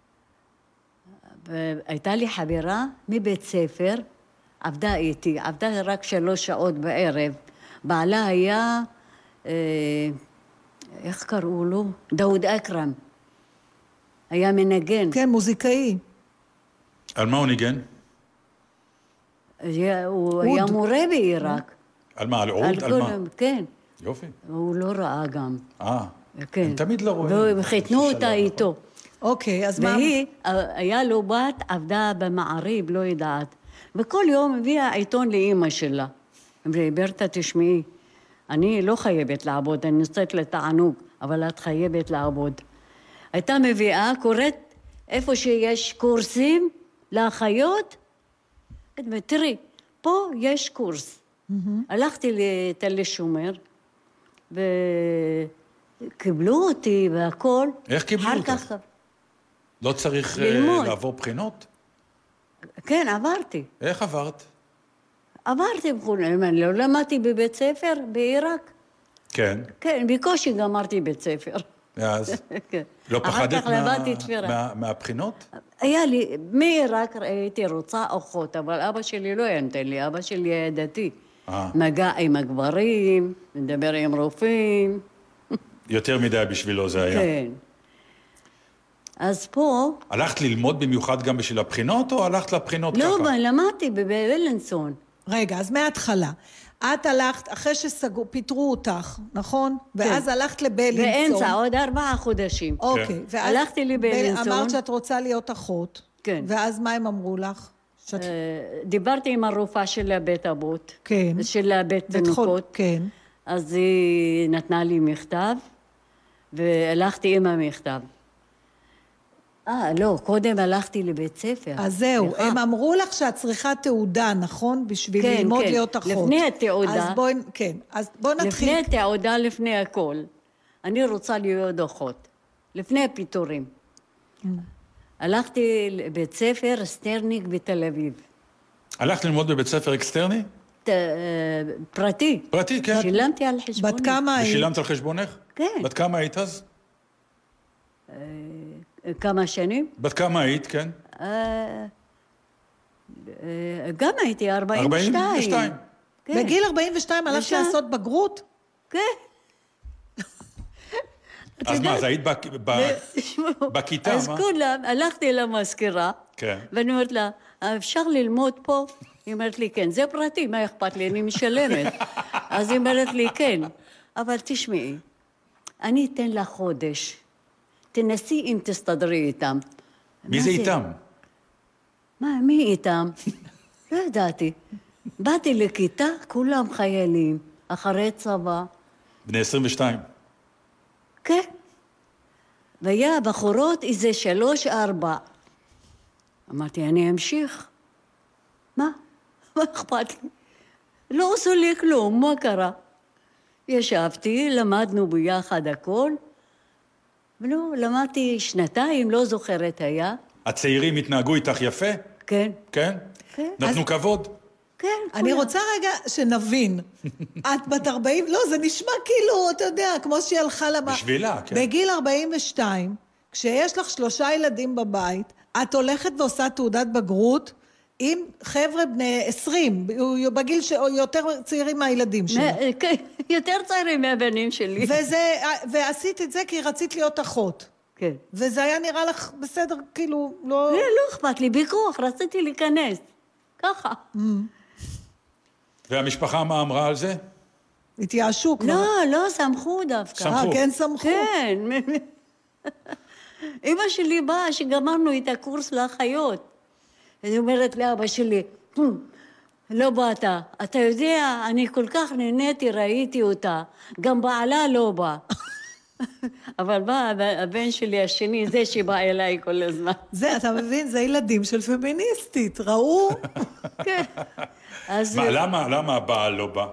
Speaker 5: והייתה לי חברה מבית ספר, עבדה איתי, עבדה רק שלוש שעות בערב. בעלה היה, אה, איך קראו לו? דאוד אקרם. היה מנגן.
Speaker 3: כן, מוזיקאי.
Speaker 4: על מה הוא ניגן?
Speaker 5: היה, הוא
Speaker 3: אוד.
Speaker 5: היה מורה בעיראק.
Speaker 4: על מה? על עוד? על
Speaker 5: כל-
Speaker 4: מה?
Speaker 5: כן.
Speaker 4: יופי.
Speaker 5: הוא לא ראה גם.
Speaker 4: אה.
Speaker 5: כן.
Speaker 4: הם תמיד לא רואים.
Speaker 5: והם חיתנו
Speaker 4: בשלב,
Speaker 5: אותה
Speaker 4: נכון?
Speaker 5: איתו.
Speaker 3: אוקיי, אז מה...
Speaker 5: והיא, היה לו בת, עבדה במעריב, לא יודעת. וכל יום הביאה עיתון לאימא שלה. אמרה, ברטה, תשמעי, אני לא חייבת לעבוד, אני נוצאת לתענוג, אבל את חייבת לעבוד. הייתה מביאה, קוראת איפה שיש קורסים לאחיות, ותראי, פה יש קורס. הלכתי לתל שומר, וקיבלו אותי והכל.
Speaker 4: איך קיבלו
Speaker 5: אחר
Speaker 4: אותך?
Speaker 5: כך-
Speaker 4: לא צריך אה,
Speaker 5: ללמוד.
Speaker 4: לעבור בחינות?
Speaker 5: כן, עברתי.
Speaker 4: איך עברת?
Speaker 5: עברתי בכולם, אני לא למדתי בבית ספר בעיראק.
Speaker 4: כן.
Speaker 5: כן, בקושי גמרתי בית ספר.
Speaker 4: אז
Speaker 5: כן.
Speaker 4: לא פחדת
Speaker 5: אחר כך
Speaker 4: מה-
Speaker 5: למדתי תפירה.
Speaker 4: מה- מהבחינות?
Speaker 5: היה לי, מעיראק הייתי רוצה אחות, אבל אבא שלי לא היה נותן לי, אבא שלי היה דתי.
Speaker 4: אה.
Speaker 5: מגע עם הגברים, מדבר עם רופאים.
Speaker 4: יותר מדי בשבילו זה היה.
Speaker 5: כן. אז פה,
Speaker 4: הלכת ללמוד במיוחד גם בשביל הבחינות, או הלכת לבחינות
Speaker 5: לא,
Speaker 4: ככה?
Speaker 5: למדתי בבלינסון.
Speaker 3: רגע, אז מההתחלה. את הלכת, אחרי שסגרו, פיטרו אותך, נכון? ואז הלכת לבלינסון.
Speaker 5: באמצע, עוד ארבעה חודשים.
Speaker 3: אוקיי, ואז...
Speaker 5: הלכתי לבלינסון.
Speaker 3: אמרת שאת רוצה להיות אחות.
Speaker 5: כן.
Speaker 3: ואז מה הם אמרו לך? שאת...
Speaker 5: אה, דיברתי עם הרופאה של הבית אבות.
Speaker 3: כן.
Speaker 5: של הבית
Speaker 3: בית חול-
Speaker 5: תינוקות.
Speaker 3: כן.
Speaker 5: אז היא נתנה לי מכתב, והלכתי עם המכתב. אה, לא, קודם הלכתי לבית ספר.
Speaker 3: אז זהו,
Speaker 5: סליחה.
Speaker 3: הם אמרו לך שאת צריכה תעודה, נכון? בשביל
Speaker 5: כן,
Speaker 3: ללמוד
Speaker 5: כן.
Speaker 3: להיות אחות.
Speaker 5: לפני התעודה.
Speaker 3: אז בואי, כן. אז בואי נתחיל.
Speaker 5: לפני התעודה, לפני הכל. אני רוצה להיות אחות. לפני הפיטורים. הלכתי לבית ספר סטרניק בתל אביב.
Speaker 4: הלכת ללמוד בבית ספר אקסטרני?
Speaker 5: ת- אה, פרטי.
Speaker 4: פרטי, כן.
Speaker 5: שילמתי על חשבוני.
Speaker 3: בת כמה היית?
Speaker 4: ושילמת על חשבונך?
Speaker 5: כן.
Speaker 4: בת כמה היית אז?
Speaker 5: כמה שנים?
Speaker 4: בת כמה היית, כן?
Speaker 5: אה, אה, גם הייתי ארבעים ושתיים.
Speaker 4: ארבעים ושתיים.
Speaker 5: כן.
Speaker 3: בגיל ארבעים ושתיים הלכת
Speaker 5: ושם-
Speaker 3: לעשות בגרות?
Speaker 5: כן.
Speaker 4: אז מה, אז היית בק- ב- בכיתה,
Speaker 5: אז
Speaker 4: מה?
Speaker 5: כולם, הלכתי למזכירה,
Speaker 4: כן.
Speaker 5: ואני אומרת לה, אפשר ללמוד פה? היא אומרת לי, כן, זה פרטי, מה אכפת לי? אני משלמת. אז היא אומרת לי, כן, אבל תשמעי, אני אתן לך חודש, תנסי אם תסתדרי איתם.
Speaker 4: מי
Speaker 5: מה
Speaker 4: זה איתם?
Speaker 5: מה, מי איתם? לא ידעתי. באתי לכיתה, כולם חיילים, אחרי צבא.
Speaker 4: בני עשרים ושתיים.
Speaker 5: כן. והיה בחורות איזה שלוש, ארבע. אמרתי, אני אמשיך. מה? מה אכפת לי? לא עשו לי כלום, מה קרה? ישבתי, למדנו ביחד הכל, ולא, למדתי שנתיים, לא זוכרת היה.
Speaker 4: הצעירים התנהגו איתך יפה?
Speaker 5: כן.
Speaker 4: כן?
Speaker 5: כן.
Speaker 4: נתנו כבוד?
Speaker 5: כן,
Speaker 3: אני
Speaker 5: כולם.
Speaker 3: רוצה רגע שנבין. את בת ארבעים, לא, זה נשמע כאילו, אתה יודע, כמו שהיא הלכה למה...
Speaker 4: בשבילה, כן.
Speaker 3: בגיל ארבעים ושתיים, כשיש לך שלושה ילדים בבית, את הולכת ועושה תעודת בגרות עם חבר'ה בני עשרים, בגיל שיותר צעירים מהילדים שלה.
Speaker 5: מה- כן, יותר צעירים מהבנים שלי.
Speaker 3: וזה, ועשית את זה כי רצית להיות אחות.
Speaker 5: כן.
Speaker 3: וזה היה נראה לך בסדר, כאילו, לא...
Speaker 5: לא, לא אכפת לי, בכוח, רציתי להיכנס. ככה.
Speaker 4: והמשפחה מה אמרה על זה?
Speaker 3: התייאשו כבר.
Speaker 5: לא, לא, סמכו דווקא.
Speaker 4: סמכו.
Speaker 3: אה, כן סמכו.
Speaker 5: כן. אמא שלי באה שגמרנו את הקורס לאחיות. אני אומרת לאבא שלי, "הם, לא באת. אתה יודע, אני כל כך נהניתי, ראיתי אותה. גם בעלה לא בא. אבל בא הבן שלי השני, זה שבא אליי כל הזמן.
Speaker 3: זה, אתה מבין? זה ילדים של פמיניסטית, ראו?
Speaker 5: כן. אז
Speaker 4: מה, למה, למה הבעל לא בא?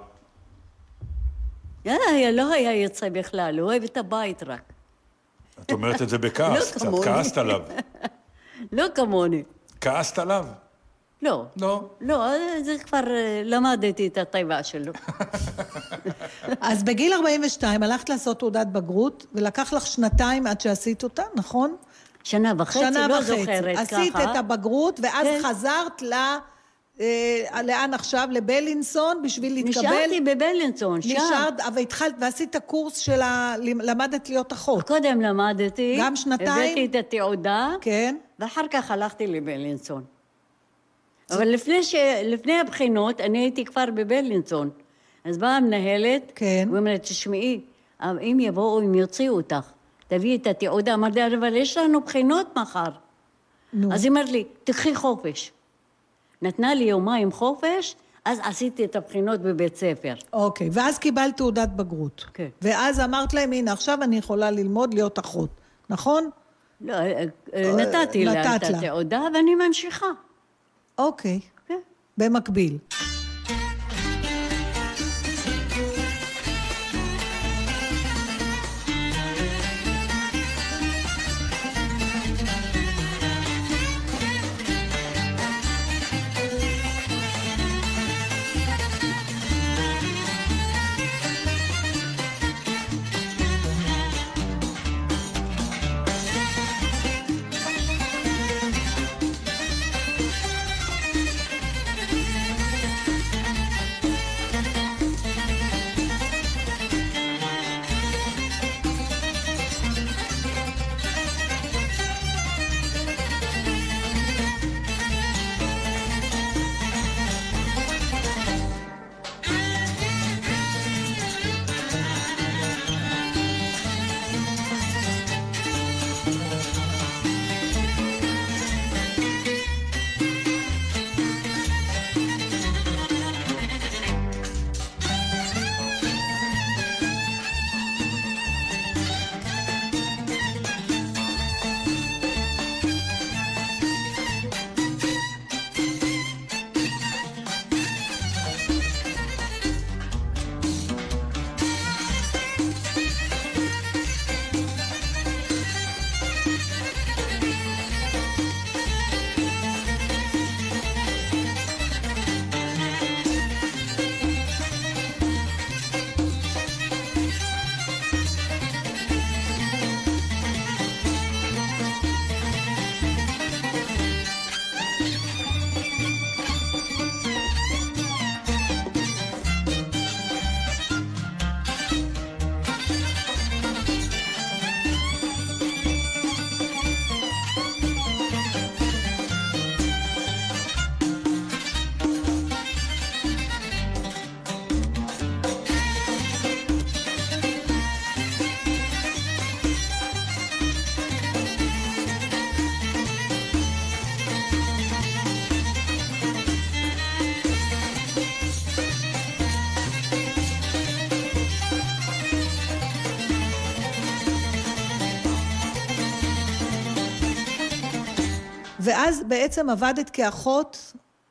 Speaker 5: אה, לא היה יוצא בכלל, הוא אוהב את הבית רק.
Speaker 4: את אומרת את זה בכעס,
Speaker 5: לא
Speaker 4: קצת
Speaker 5: כמוני.
Speaker 4: כעסת עליו.
Speaker 5: לא כמוני.
Speaker 4: כעסת עליו?
Speaker 5: לא.
Speaker 4: לא.
Speaker 5: לא, זה כבר אה, למדתי את הטבע שלו.
Speaker 3: אז בגיל ארבעים ושתיים הלכת לעשות תעודת בגרות, ולקח לך שנתיים עד שעשית אותה, נכון?
Speaker 5: שנה וחצי,
Speaker 3: שנה
Speaker 5: לא
Speaker 3: וחצי.
Speaker 5: זוכרת ככה.
Speaker 3: עשית את הבגרות, ואז
Speaker 5: כן.
Speaker 3: חזרת ל... אה, לאן עכשיו? לבלינסון, בשביל להתקבל?
Speaker 5: נשארתי בבלינסון, שם.
Speaker 3: נשארת, והתחלת, ועשית קורס של ה... למדת להיות אחות.
Speaker 5: קודם למדתי.
Speaker 3: גם שנתיים?
Speaker 5: הבאתי את התעודה,
Speaker 3: כן.
Speaker 5: ואחר כך הלכתי לבלינסון. אבל לפני, ש... לפני הבחינות, אני הייתי כבר בבלינסון. אז באה המנהלת,
Speaker 3: כן.
Speaker 5: ואומרת, תשמעי, אם יבואו, אם יוציאו אותך, תביאי את התעודה. אמרתי, אבל יש לנו בחינות מחר.
Speaker 3: נו.
Speaker 5: אז היא אמרת לי, תקחי חופש. נתנה לי יומיים חופש, אז עשיתי את הבחינות בבית ספר.
Speaker 3: אוקיי, ואז קיבלת תעודת בגרות.
Speaker 5: כן.
Speaker 3: ואז אמרת להם, הנה, עכשיו אני יכולה ללמוד להיות אחות, נכון?
Speaker 5: לא, נתתי לה
Speaker 3: נתת
Speaker 5: את
Speaker 3: לה.
Speaker 5: התעודה, ואני ממשיכה.
Speaker 3: אוקיי,
Speaker 5: כן.
Speaker 3: במקביל. ואז בעצם עבדת כאחות?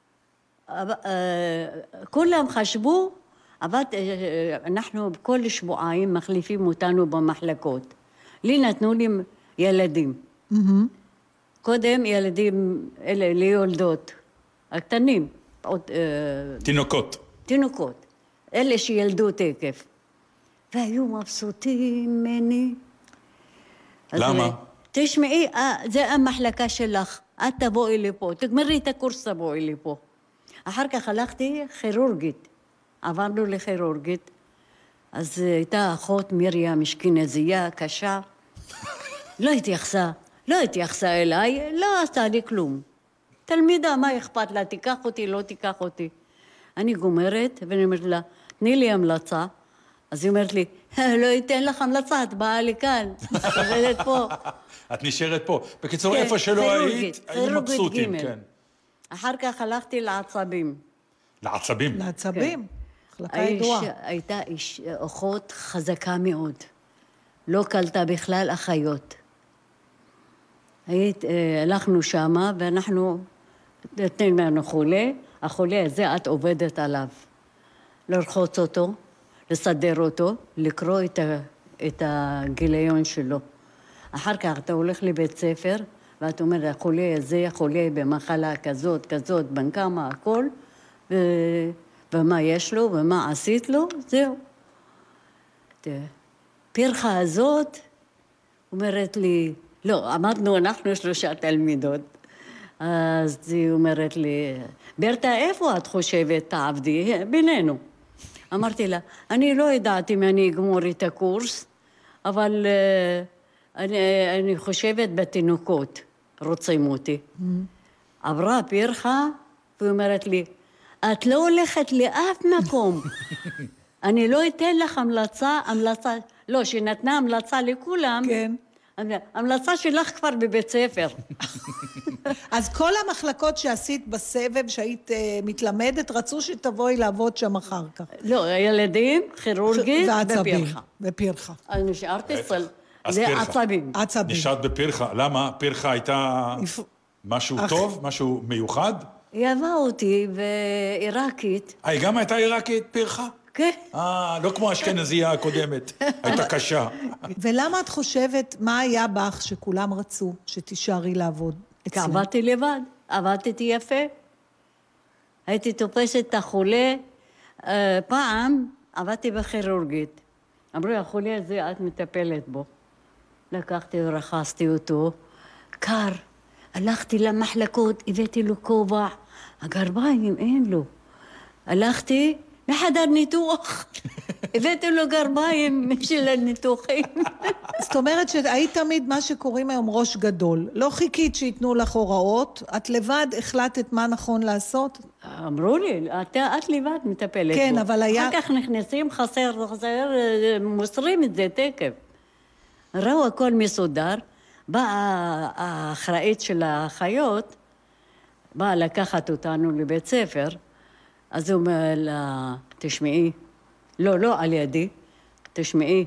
Speaker 5: אבל, אה, כולם חשבו, אבל אה, אנחנו כל שבועיים מחליפים אותנו במחלקות. לי נתנו לי ילדים. קודם ילדים, אלה ליולדות, הקטנים. עוד, אה,
Speaker 4: תינוקות.
Speaker 5: תינוקות, אלה שילדו תקף. והיו מבסוטים ממני. אז
Speaker 4: למה?
Speaker 5: תשמעי, אה, זה המחלקה שלך, את תבואי לפה, תגמרי את הקורס, תבואי לפה. אחר כך הלכתי כירורגית, עברנו לכירורגית, אז הייתה אחות מרים אשכנזייה קשה, לא התייחסה, לא התייחסה אליי, לא עשתה לי כלום. תלמידה, מה אכפת לה, תיקח אותי, לא תיקח אותי. אני גומרת, ואני אומרת לה, תני לי המלצה. אז היא אומרת לי, לא אתן לך המלצה, את באה לי כאן, את עובדת פה.
Speaker 4: את נשארת פה. בקיצור,
Speaker 5: כן,
Speaker 4: איפה שלא
Speaker 5: כירורגית,
Speaker 4: היית, היו
Speaker 5: כירורגית
Speaker 4: מבסוטים,
Speaker 5: ג'.
Speaker 4: כן.
Speaker 5: אחר כך הלכתי לעצבים.
Speaker 4: לעצבים.
Speaker 3: לעצבים. מחלקה
Speaker 5: האיש-
Speaker 3: ידועה.
Speaker 5: הייתה איש, אחות חזקה מאוד. לא קלטה בכלל אחיות. היית, אה, הלכנו שמה, ואנחנו, נתן לנו חולה, החולה הזה את עובדת עליו. לרחוץ אותו, לסדר אותו, לקרוא את, ה, את הגיליון שלו. אחר כך אתה הולך לבית ספר, ואת אומרת, החולה הזה, החולה במחלה כזאת, כזאת, בן כמה, הכל, ו, ומה יש לו, ומה עשית לו, זהו. פרחה הזאת אומרת לי, לא, עמדנו אנחנו שלושה תלמידות, אז היא אומרת לי, ברטה, איפה את חושבת תעבדי? בינינו. אמרתי לה, אני לא יודעת אם אני אגמור את הקורס, אבל uh, אני, אני חושבת בתינוקות, רוצים אותי. Mm-hmm. עברה פרחה, והיא אומרת לי, את לא הולכת לאף מקום. אני לא אתן לך המלצה, המלצה, לא, שנתנה המלצה לכולם.
Speaker 3: כן.
Speaker 5: המלצה שלך כבר בבית ספר.
Speaker 3: אז כל המחלקות שעשית בסבב, שהיית uh, מתלמדת, רצו שתבואי לעבוד שם אחר כך.
Speaker 5: לא, ילדים, כירורגית
Speaker 3: ועצבים.
Speaker 5: ופרחה.
Speaker 3: ופרחה.
Speaker 5: אני נשארתי אצל...
Speaker 4: אז
Speaker 5: זה
Speaker 4: פרחה.
Speaker 5: עצבים.
Speaker 3: עצבים.
Speaker 4: נשארת בפרחה. למה? פרחה הייתה
Speaker 3: יפ-
Speaker 4: משהו
Speaker 3: אח-
Speaker 4: טוב? משהו מיוחד?
Speaker 5: היא אהבה אותי, ועיראקית,
Speaker 4: אה, היא גם הייתה עיראקית פרחה?
Speaker 5: כן.
Speaker 4: אה, לא כמו האשכנזייה הקודמת. הייתה קשה.
Speaker 3: ולמה את חושבת, מה היה בך שכולם רצו שתישארי לעבוד
Speaker 5: כי
Speaker 3: אצלם?
Speaker 5: עבדתי לבד, עבדתי יפה. הייתי תופסת את החולה. אה, פעם עבדתי בכירורגית. אמרו לי, החולה הזה את מטפלת בו. לקחתי ורחסתי אותו. קר. הלכתי למחלקות, הבאתי לו כובע. הגרביים אין לו. הלכתי לחדר ניתוח. הבאתי לו גרביים של הניתוחים.
Speaker 3: זאת אומרת שהיית תמיד מה שקוראים היום ראש גדול. לא חיכית שיתנו לך הוראות, את לבד החלטת מה נכון לעשות?
Speaker 5: אמרו לי, את, את לבד מטפלת
Speaker 3: כן,
Speaker 5: בו.
Speaker 3: אבל היה-
Speaker 5: אחר כך נכנסים, חסר, חסר, מוסרים את זה תקף. ראו הכל מסודר, באה האחראית של האחיות, באה לקחת אותנו לבית ספר, אז הוא אומר לה, תשמעי, לא, לא על ידי, תשמעי,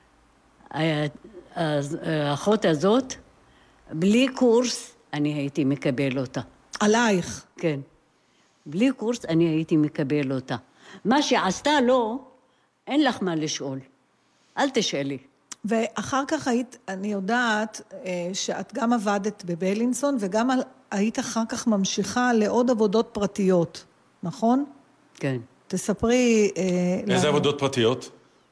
Speaker 5: אז האחות הזאת, בלי קורס, אני הייתי מקבל אותה.
Speaker 3: עלייך.
Speaker 5: כן. בלי קורס אני הייתי מקבל אותה. מה שעשתה לו, אין לך מה לשאול. אל תשאלי.
Speaker 3: ואחר כך היית, אני יודעת אה, שאת גם עבדת בבלינסון, וגם על- היית אחר כך ממשיכה לעוד עבודות פרטיות, נכון?
Speaker 5: כן.
Speaker 3: תספרי... אה,
Speaker 4: איזה
Speaker 3: לנו.
Speaker 4: עבודות פרטיות?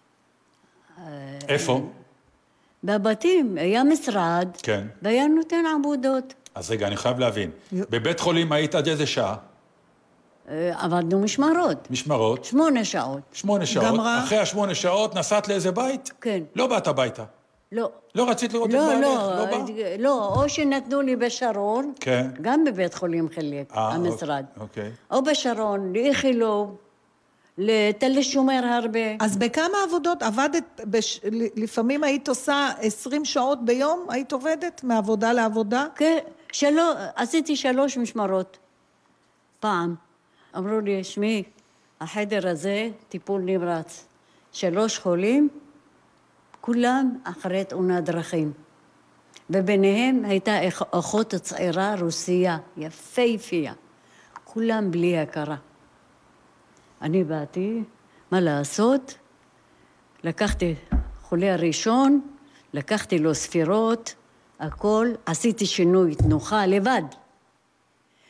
Speaker 4: איפה?
Speaker 5: בבתים היה משרד,
Speaker 4: כן.
Speaker 5: והיה נותן עבודות.
Speaker 4: אז רגע, אני חייב להבין. בבית חולים היית עד איזה שעה?
Speaker 5: אה, עבדנו משמרות,
Speaker 4: משמרות?
Speaker 5: שמונה שעות.
Speaker 4: שמונה שעות.
Speaker 3: גמרה?
Speaker 4: אחרי השמונה שעות נסעת לאיזה בית?
Speaker 5: כן.
Speaker 4: לא באת הביתה.
Speaker 5: לא.
Speaker 4: לא רצית לראות את
Speaker 5: לא,
Speaker 4: בעלך?
Speaker 5: לא,
Speaker 4: לא בא?
Speaker 5: אה, לא, או שנתנו לי בשרון,
Speaker 4: כן.
Speaker 5: גם בבית חולים חילק,
Speaker 4: אה,
Speaker 5: המשרד.
Speaker 4: אוקיי.
Speaker 5: או בשרון, לאיכילוב, לתל השומר הרבה.
Speaker 3: אז בכמה עבודות עבדת, בש... לפעמים היית עושה עשרים שעות ביום, היית עובדת מעבודה לעבודה?
Speaker 5: כן, שלו, עשיתי שלוש משמרות. פעם. אמרו לי, שמי, החדר הזה, טיפול נמרץ. שלוש חולים, כולם אחרי תאונת דרכים. וביניהם הייתה אח- אחות צעירה רוסייה, יפהפייה. כולם בלי הכרה. אני באתי, מה לעשות? לקחתי חולה הראשון, לקחתי לו ספירות, הכל, עשיתי שינוי תנוחה לבד.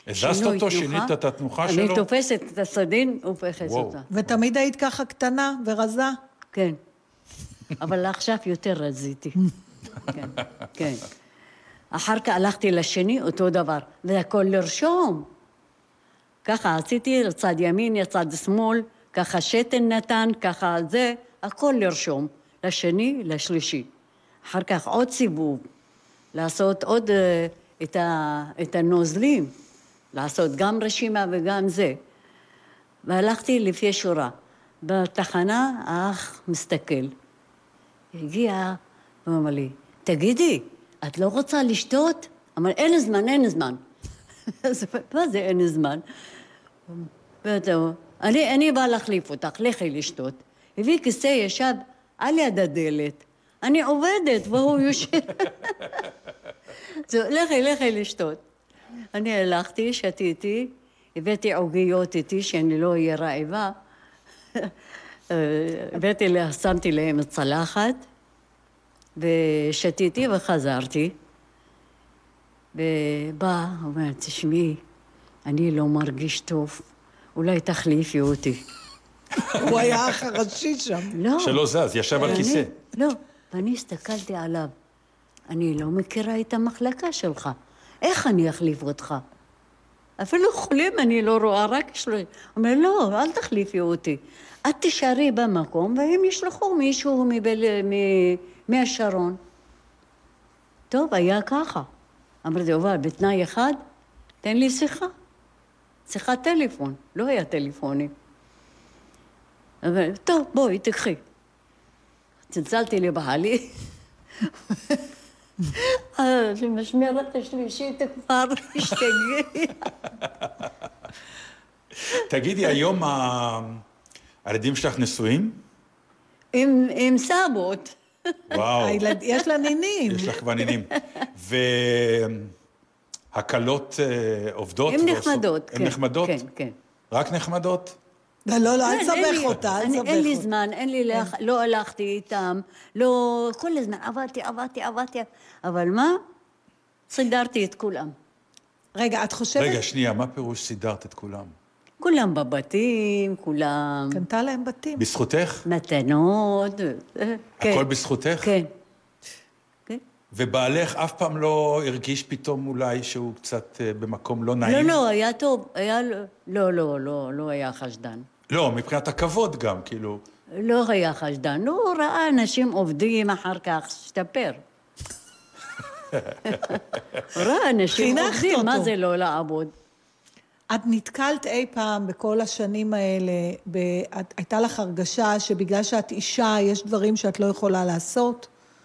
Speaker 4: הזזת אותו, שינית את התנוחה שלו?
Speaker 5: אני תופסת את הסדין, הופכת
Speaker 4: וואו.
Speaker 5: אותה.
Speaker 3: ותמיד היית ככה קטנה ורזה?
Speaker 5: כן. אבל עכשיו יותר רזיתי. כן, כן. אחר כך הלכתי לשני, אותו דבר. והכל לרשום. ככה עשיתי, לצד ימין, לצד שמאל, ככה שתן נתן, ככה זה, הכל לרשום. לשני, לשלישי. אחר כך עוד סיבוב. לעשות עוד uh, את, ה, את הנוזלים. לעשות גם רשימה וגם זה. והלכתי לפי שורה. בתחנה האח מסתכל. הגיע ואומר לי, תגידי, את לא רוצה לשתות? אמר, אין זמן, אין זמן. אז מה זה אין זמן? ואתה, אני, אני באה להחליף אותך, לכי לשתות. הביא כיסא ישב על יד הדלת. אני עובדת והוא יושב. לכי, לכי לשתות. אני הלכתי, שתיתי, הבאתי עוגיות איתי שאני לא אהיה רעבה. הבאתי לה, שמתי להם צלחת, ושתיתי וחזרתי. ובא, אומר, תשמעי, אני לא מרגיש טוב, אולי תחליפי אותי.
Speaker 3: הוא היה האח הראשי שם.
Speaker 5: לא.
Speaker 4: שלא זז, ישב על כיסא.
Speaker 5: לא, ואני הסתכלתי עליו. אני לא מכירה את המחלקה שלך. איך אני אחליף אותך? אפילו חולים אני לא רואה, רק יש לו... אומר, לא, אל תחליפי אותי. את תשארי במקום, והם ישלחו מישהו מבל... מ... מהשרון. טוב, היה ככה. אמרתי, אבל בתנאי אחד, תן לי שיחה. שיחת טלפון, לא היה טלפונים. אבל, טוב, בואי, תקחי. צלצלתי לבעלי. אז המשמרת השלישית כבר השתגע.
Speaker 4: תגידי, היום הילדים שלך נשואים?
Speaker 5: עם, עם סבות.
Speaker 4: וואו.
Speaker 3: הילד, יש לה נינים.
Speaker 4: יש לך כבר נינים. והקלות עובדות?
Speaker 5: הן נחמדות, כן.
Speaker 4: הן נחמדות?
Speaker 5: כן, כן.
Speaker 4: רק נחמדות?
Speaker 3: לא, לא, לא, אל
Speaker 5: כן, אין
Speaker 3: תסבך
Speaker 5: לי-
Speaker 3: אותה, אל
Speaker 5: אני-
Speaker 3: תסבך
Speaker 5: אין לי
Speaker 3: אותה.
Speaker 5: זמן, אין לי, לח- לא הלכתי איתם, לא, כל הזמן עבדתי, עבדתי, עבדתי, אבל מה? סידרתי את כולם.
Speaker 3: רגע, את חושבת...
Speaker 4: רגע, שנייה, מה פירוש סידרת את כולם?
Speaker 5: כולם בבתים, כולם
Speaker 3: קנתה להם בתים.
Speaker 4: בזכותך?
Speaker 5: מתנות, אה, כן.
Speaker 4: הכל בזכותך?
Speaker 5: כן. כן.
Speaker 4: ובעלך אף פעם לא הרגיש פתאום אולי שהוא קצת אה, במקום לא
Speaker 5: לא,
Speaker 4: נעים?
Speaker 5: לא, היה טוב, היה, לא, לא, לא, לא היה חשדן.
Speaker 4: לא, מבחינת הכבוד גם, כאילו.
Speaker 5: לא היה חשדן, הוא ראה אנשים עובדים אחר כך, השתפר. הוא ראה אנשים
Speaker 3: חינכת
Speaker 5: עובדים, מה
Speaker 3: אותו.
Speaker 5: זה לא לעבוד?
Speaker 3: את נתקלת אי פעם בכל השנים האלה, ב... את... הייתה לך הרגשה שבגלל שאת אישה, יש דברים שאת לא יכולה לעשות?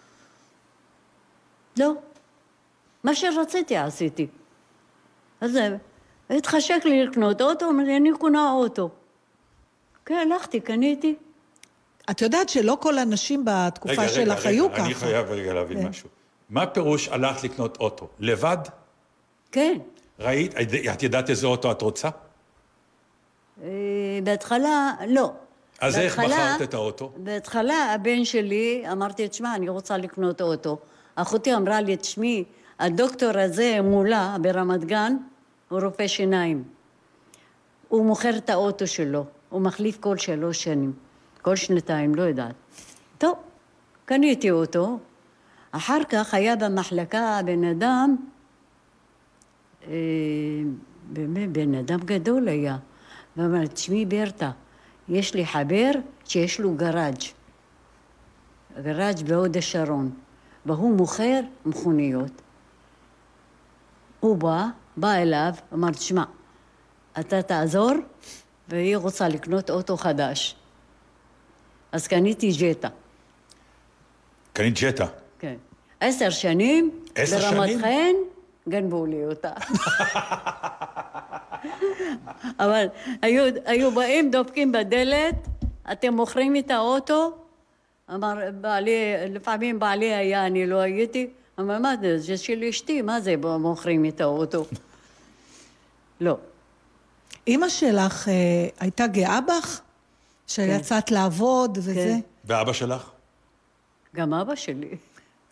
Speaker 5: לא. מה שרציתי עשיתי. אז זה, התחשק לי לקנות אוטו, אמר לי, אני קונה אוטו. כן, הלכתי, קניתי.
Speaker 3: את יודעת שלא כל הנשים בתקופה
Speaker 4: רגע,
Speaker 3: שלך
Speaker 4: רגע,
Speaker 3: היו
Speaker 4: רגע,
Speaker 3: ככה.
Speaker 4: אני חייב רגע להבין
Speaker 3: כן.
Speaker 4: משהו. מה פירוש הלכת לקנות אוטו? לבד?
Speaker 5: כן.
Speaker 4: ראית? את ידעת איזה אוטו את רוצה?
Speaker 5: אה, בהתחלה, לא.
Speaker 4: אז איך
Speaker 5: בהתחלה-
Speaker 4: בחרת את האוטו?
Speaker 5: בהתחלה הבן שלי, אמרתי, תשמע, אני רוצה לקנות אוטו. אחותי אמרה לי, תשמעי, הדוקטור הזה מולה ברמת גן, הוא רופא שיניים. הוא מוכר את האוטו שלו, הוא מחליף כל שלוש שנים, כל שנתיים, לא יודעת. טוב, קניתי אותו. אחר כך היה במחלקה בן אדם, אה, באמת, בן אדם גדול היה. ואמר, תשמעי ברטה, יש לי חבר שיש לו גראז', גראז' בהוד השרון, והוא מוכר מכוניות. הוא בא, בא אליו, אמר, תשמע, אתה תעזור, והיא רוצה לקנות אוטו חדש. אז קניתי ג'טה,
Speaker 4: קנית ג'טה.
Speaker 5: כן. עשר שנים,
Speaker 4: עשר
Speaker 5: ברמת
Speaker 4: שנים?
Speaker 5: חן, גנבו לי אותה. אבל היו, היו באים, דופקים בדלת, אתם מוכרים את האוטו? אמר, בעלי, לפעמים בעלי היה, אני לא הייתי. אמר, מה זה? זה של אשתי, מה זה מוכרים את האוטו? לא.
Speaker 3: אמא שלך אה, הייתה גאה בך? שיצאת לעבוד וזה?
Speaker 5: כן.
Speaker 4: ואבא שלך?
Speaker 5: גם אבא שלי.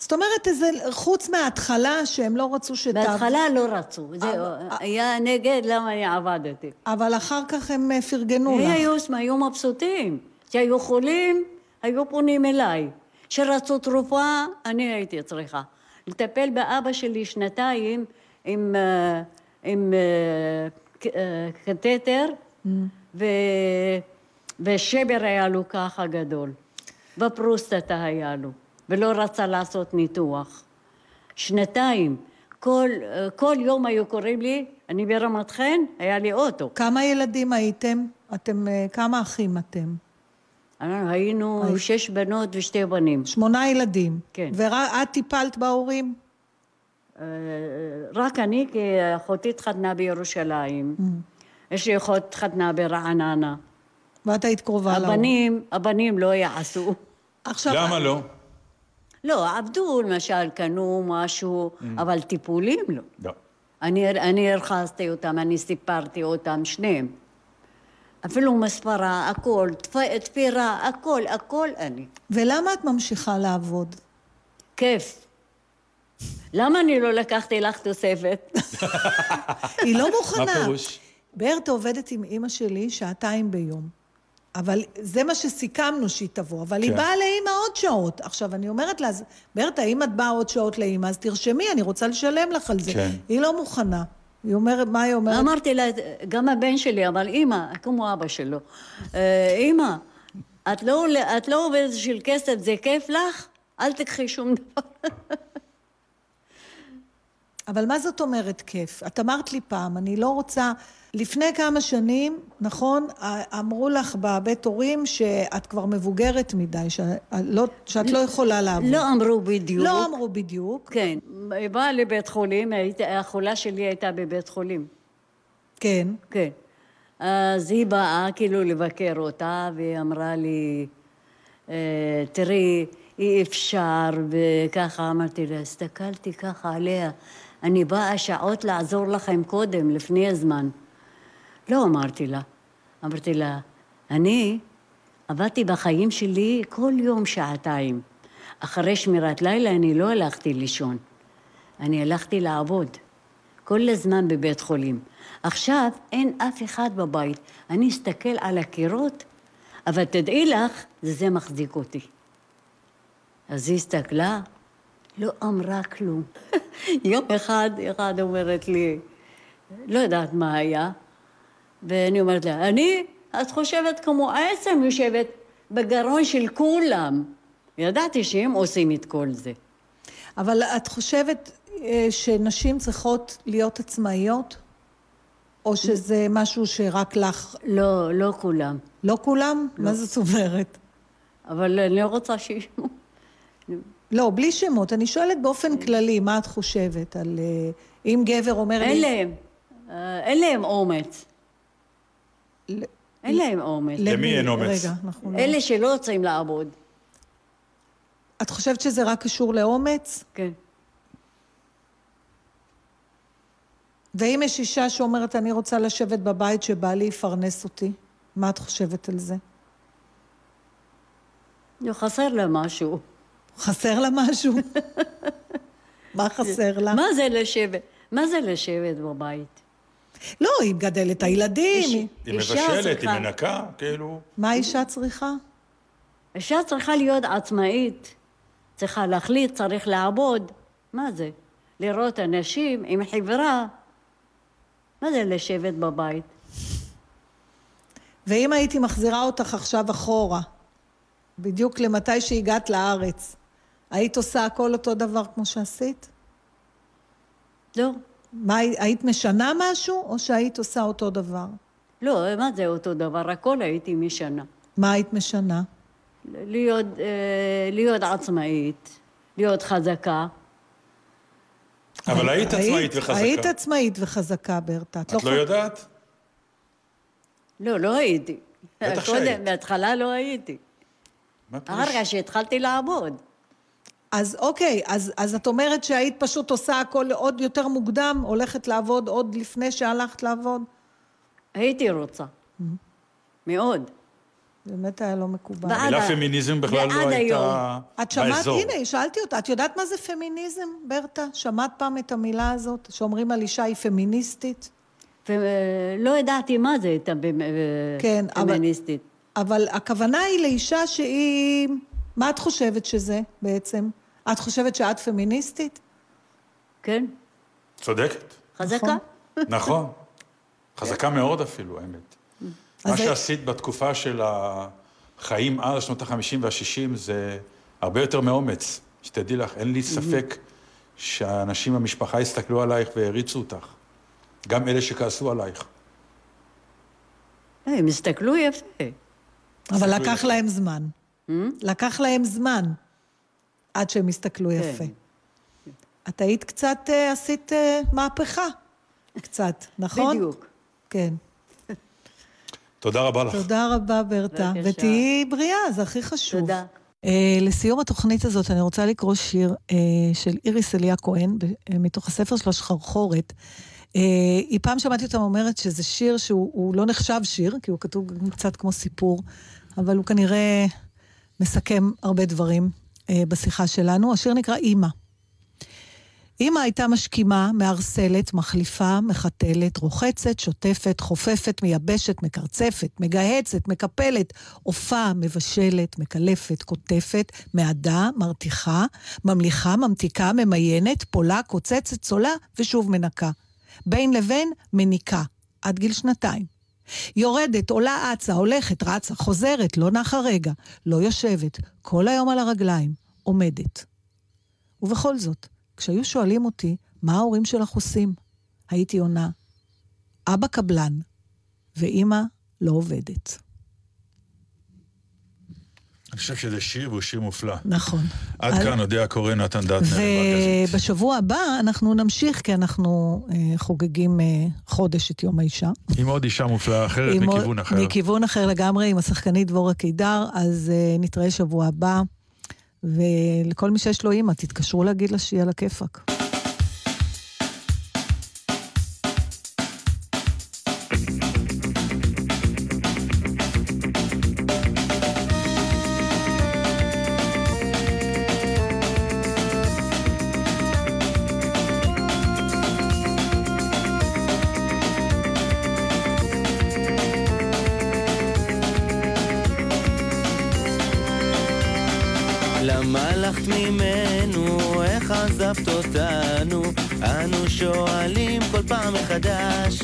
Speaker 3: זאת אומרת, איזה, חוץ מההתחלה שהם לא רצו שתעבוד.
Speaker 5: בהתחלה לא רצו, זה היה נגד למה אני עבדתי.
Speaker 3: אבל אחר כך הם אה, פרגנו לך.
Speaker 5: היו, היו מבסוטים, שהיו חולים, היו פונים אליי. שרצו תרופה, אני הייתי צריכה. לטפל באבא שלי שנתיים עם, אה, עם אה, ק- אה, קטטר, ו... ושבר היה לו ככה גדול. בפרוסטטה היה לו, ולא רצה לעשות ניתוח. שנתיים, כל, כל יום היו קוראים לי, אני ברמת חן, היה לי אוטו.
Speaker 3: כמה ילדים הייתם? אתם, אה, כמה אחים אתם?
Speaker 5: אנחנו היינו שש בנות ושתי בנים.
Speaker 3: שמונה ילדים.
Speaker 5: כן.
Speaker 3: ואת טיפלת בהורים?
Speaker 5: אה, רק אני, כי אחותי התחתנה בירושלים. יש לי אחות התחתנה ברעננה.
Speaker 3: ואת היית קרובה להורים.
Speaker 5: הבנים, הבנים לא יעשו.
Speaker 3: עכשיו,
Speaker 4: למה לא?
Speaker 5: לא, עבדו, למשל, קנו משהו, אבל טיפולים לא.
Speaker 4: לא.
Speaker 5: אני, אני הרחזתי אותם, אני סיפרתי אותם, שניהם. אפילו מספרה, הכל, תפ- תפירה, הכל, הכל אני.
Speaker 3: ולמה את ממשיכה לעבוד?
Speaker 5: כיף. למה אני לא לקחתי לך תוספת?
Speaker 3: היא לא מוכנה.
Speaker 4: מה פירוש?
Speaker 3: ברטה עובדת עם אמא שלי שעתיים ביום. אבל זה מה שסיכמנו שהיא תבוא, אבל היא
Speaker 4: כן.
Speaker 3: באה לאמא עוד שעות. עכשיו, אני אומרת לה, אז, ברטה, אם את באה עוד שעות לאמא, אז תרשמי, אני רוצה לשלם לך על זה.
Speaker 4: כן.
Speaker 3: היא לא מוכנה. היא אומרת, מה היא אומרת?
Speaker 5: אמרתי לה, גם הבן שלי, אבל אמא, כמו אבא שלו, "אה, אמא, את לא, את לא עובדת של כסף, זה כיף לך? אל תקחי שום דבר.
Speaker 3: אבל מה זאת אומרת כיף? את אמרת לי פעם, אני לא רוצה... לפני כמה שנים, נכון, אמרו לך בבית הורים שאת כבר מבוגרת מדי, שאת לא, שאת לא יכולה לעבוד.
Speaker 5: לא אמרו בדיוק.
Speaker 3: לא אמרו בדיוק.
Speaker 5: כן, היא באה לבית חולים, היית- החולה שלי הייתה בבית חולים.
Speaker 3: כן.
Speaker 5: כן. אז היא באה כאילו לבקר אותה, והיא אמרה לי, אה, תראי, אי אפשר, וככה אמרתי לה, הסתכלתי ככה עליה, אני באה שעות לעזור לכם קודם, לפני הזמן. לא אמרתי לה. אמרתי לה, אני עבדתי בחיים שלי כל יום שעתיים. אחרי שמירת לילה אני לא הלכתי לישון. אני הלכתי לעבוד. כל הזמן בבית חולים. עכשיו אין אף אחד בבית. אני אסתכל על הקירות, אבל תדעי לך, זה זה מחזיק אותי. אז היא הסתכלה, לא אמרה כלום. יום אחד, אחד אומרת לי, לא יודעת מה היה, ואני אומרת לה, אני, את חושבת כמו עצם יושבת בגרון של כולם. ידעתי שהם עושים את כל זה.
Speaker 3: אבל את חושבת אה, שנשים צריכות להיות עצמאיות? או שזה משהו שרק לך...
Speaker 5: לא, לא כולם.
Speaker 3: לא כולם? מה זאת אומרת?
Speaker 5: אבל אני לא רוצה שישמעו.
Speaker 3: לא, בלי שמות. אני שואלת באופן כללי, מה את חושבת על... אה, אם גבר אומר לי...
Speaker 5: אין להם, אה, אין להם אומץ.
Speaker 3: ל-
Speaker 5: אין להם אומץ.
Speaker 4: למי אין אומץ?
Speaker 3: רגע, אנחנו לא...
Speaker 5: אלה שלא רוצים לעבוד.
Speaker 3: את חושבת שזה רק קשור לאומץ?
Speaker 5: כן.
Speaker 3: ואם יש אישה שאומרת, אני רוצה לשבת בבית שבעלי יפרנס אותי, מה את חושבת על זה?
Speaker 5: לא, חסר לה משהו.
Speaker 3: חסר לה משהו? מה חסר לה?
Speaker 5: מה זה לשבת? מה זה לשבת בבית?
Speaker 3: לא, היא מגדלת את הילדים. היא-
Speaker 4: היא
Speaker 5: אישה
Speaker 4: מבשלת, היא
Speaker 5: צריכה-
Speaker 4: מנקה, כאילו...
Speaker 3: מה האישה צריכה?
Speaker 5: אישה צריכה להיות עצמאית, צריכה להחליט, צריך לעבוד. מה זה? לראות אנשים עם חברה. מה זה לשבת בבית?
Speaker 3: ואם הייתי מחזירה אותך עכשיו אחורה, בדיוק למתי שהגעת לארץ, היית עושה הכל אותו דבר כמו שעשית?
Speaker 5: לא.
Speaker 3: מה, היית משנה משהו, או שהיית עושה אותו דבר?
Speaker 5: לא, מה זה אותו דבר? הכל הייתי משנה.
Speaker 3: מה היית משנה?
Speaker 5: להיות, אה, להיות עצמאית, להיות חזקה.
Speaker 4: אבל היית עצמאית וחזקה.
Speaker 3: היית עצמאית וחזקה, ברטה.
Speaker 4: את לא יודעת?
Speaker 5: לא, לא הייתי.
Speaker 4: בטח
Speaker 5: קודם,
Speaker 4: שהיית.
Speaker 5: בהתחלה לא הייתי.
Speaker 4: מה פירוש?
Speaker 5: אחר כך שהתחלתי לעבוד.
Speaker 3: אז אוקיי, אז, אז את אומרת שהיית פשוט עושה הכל עוד יותר מוקדם, הולכת לעבוד עוד לפני שהלכת לעבוד?
Speaker 5: הייתי רוצה. מאוד.
Speaker 3: באמת היה לא מקובל.
Speaker 5: ועד
Speaker 4: המילה
Speaker 5: ה-
Speaker 4: פמיניזם בכלל
Speaker 5: ועד
Speaker 4: לא הייתה
Speaker 5: היום.
Speaker 3: את שמעת,
Speaker 4: באזור.
Speaker 3: הנה, שאלתי אותה, את יודעת מה זה פמיניזם, ברטה? שמעת פעם את המילה הזאת, שאומרים על אישה היא פמיניסטית?
Speaker 5: ולא ידעתי מה זה את
Speaker 3: כן, אבל-
Speaker 5: הפמיניסטית.
Speaker 3: אבל הכוונה היא לאישה שהיא... מה את חושבת שזה בעצם? את חושבת שאת פמיניסטית?
Speaker 5: כן?
Speaker 4: צודקת.
Speaker 5: חזקה?
Speaker 4: נכון. חזקה מאוד אפילו, האמת. מה
Speaker 3: אז זה-
Speaker 4: שעשית בתקופה של החיים אז, שנות ה-חמישים וה-שישים, זה הרבה יותר מאומץ. שתדעי לך, אין לי ספק שהאנשים במשפחה הסתכלו עלייך והריצו אותך. גם אלה שכעסו עלייך.
Speaker 5: הם הסתכלו יפה.
Speaker 3: אבל לקח להם זמן. לקח להם זמן עד שהם הסתכלו יפה. את היית קצת, אה, עשית אה, מהפכה. קצת, נכון?
Speaker 5: בדיוק.
Speaker 3: כן.
Speaker 4: תודה רבה לך.
Speaker 3: תודה רבה, ברטה.
Speaker 5: בבקשה.
Speaker 3: ותהיי בריאה, זה הכי חשוב.
Speaker 5: תודה.
Speaker 3: Uh, לסיום התוכנית הזאת, אני רוצה לקרוא שיר uh, של איריס אליה כהן, ב- uh, מתוך הספר של השחרחורת. Uh, היא פעם שמעתי אותם אומרת שזה שיר שהוא הוא לא נחשב שיר, כי הוא כתוב קצת כמו סיפור, אבל הוא כנראה מסכם הרבה דברים uh, בשיחה שלנו. השיר נקרא אימא. אימא הייתה משכימה, מארסלת, מחליפה, מחתלת, רוחצת, שוטפת, חופפת, מייבשת, מקרצפת, מגהצת, מקפלת, עופה, מבשלת, מקלפת, קוטפת, מעדה, מרתיחה, ממליכה, ממתיקה, ממיינת, פולה, קוצצת, צולה ושוב מנקה. בין לבין מניקה, עד גיל שנתיים. יורדת, עולה אצה, הולכת, רצה, חוזרת, לא נחה רגע, לא יושבת, כל היום על הרגליים, עומדת. ובכל זאת, כשהיו שואלים אותי, מה ההורים שלך עושים? הייתי עונה, אבא קבלן, ואמא לא עובדת.
Speaker 4: אני חושב שזה שיר, והוא שיר מופלא.
Speaker 3: נכון.
Speaker 4: עד כאן, הודיע קורא נתן דטנר.
Speaker 3: ובשבוע הבא אנחנו נמשיך, כי אנחנו אה, חוגגים אה, חודש את יום האישה.
Speaker 4: עם עוד אישה מופלאה אחרת,
Speaker 3: עם
Speaker 4: מכיוון
Speaker 3: עוד-
Speaker 4: אחר.
Speaker 3: מכיוון אחר לגמרי, עם השחקנית דבורה קידר, אז אה, נתראה שבוע הבא. ולכל מי שיש לו אימא, תתקשרו להגיד לה שיהיה לה כיפק.
Speaker 7: למה הלכת ממנו, איך עזבת אותנו, אנו שואלים כל פעם מחדש,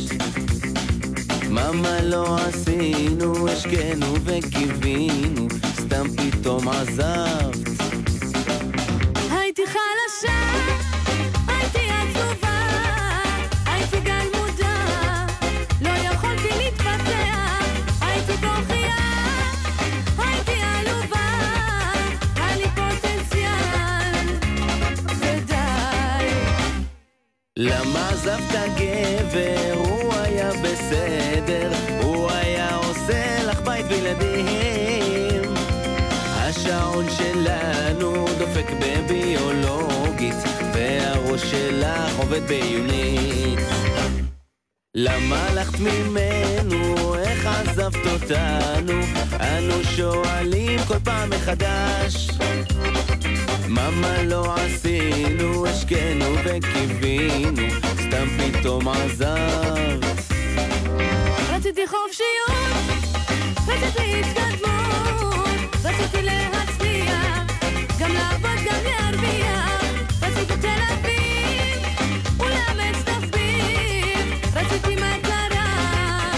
Speaker 7: מה לא עשינו, השקנו וקיווינו, סתם פתאום עזבת.
Speaker 2: הייתי חלשה, הייתי עצובה, הייתי גלמודה, לא יכולתי להתפתח, הייתי כוחיה, הייתי עלובה, היה לי פוטנציאל, ודי.
Speaker 7: למה עזבת גבר, הוא היה בסדר, הוא היה עושה לך בית וילדים. השעון שלנו דופק בביולוגית, והראש שלך עובד ביונית. למה הלכת ממנו, איך עזבת אותנו, אנו שואלים כל פעם מחדש, מה לא עשינו, השקנו וקיווינו, סתם פתאום עזבת.
Speaker 2: רציתי חופשיות, רציתי התקדמות, רציתי להצליח, גם לעבוד, גם להרוויח, רציתי תל אביב, ולאמץ תחביב, רציתי מטרה,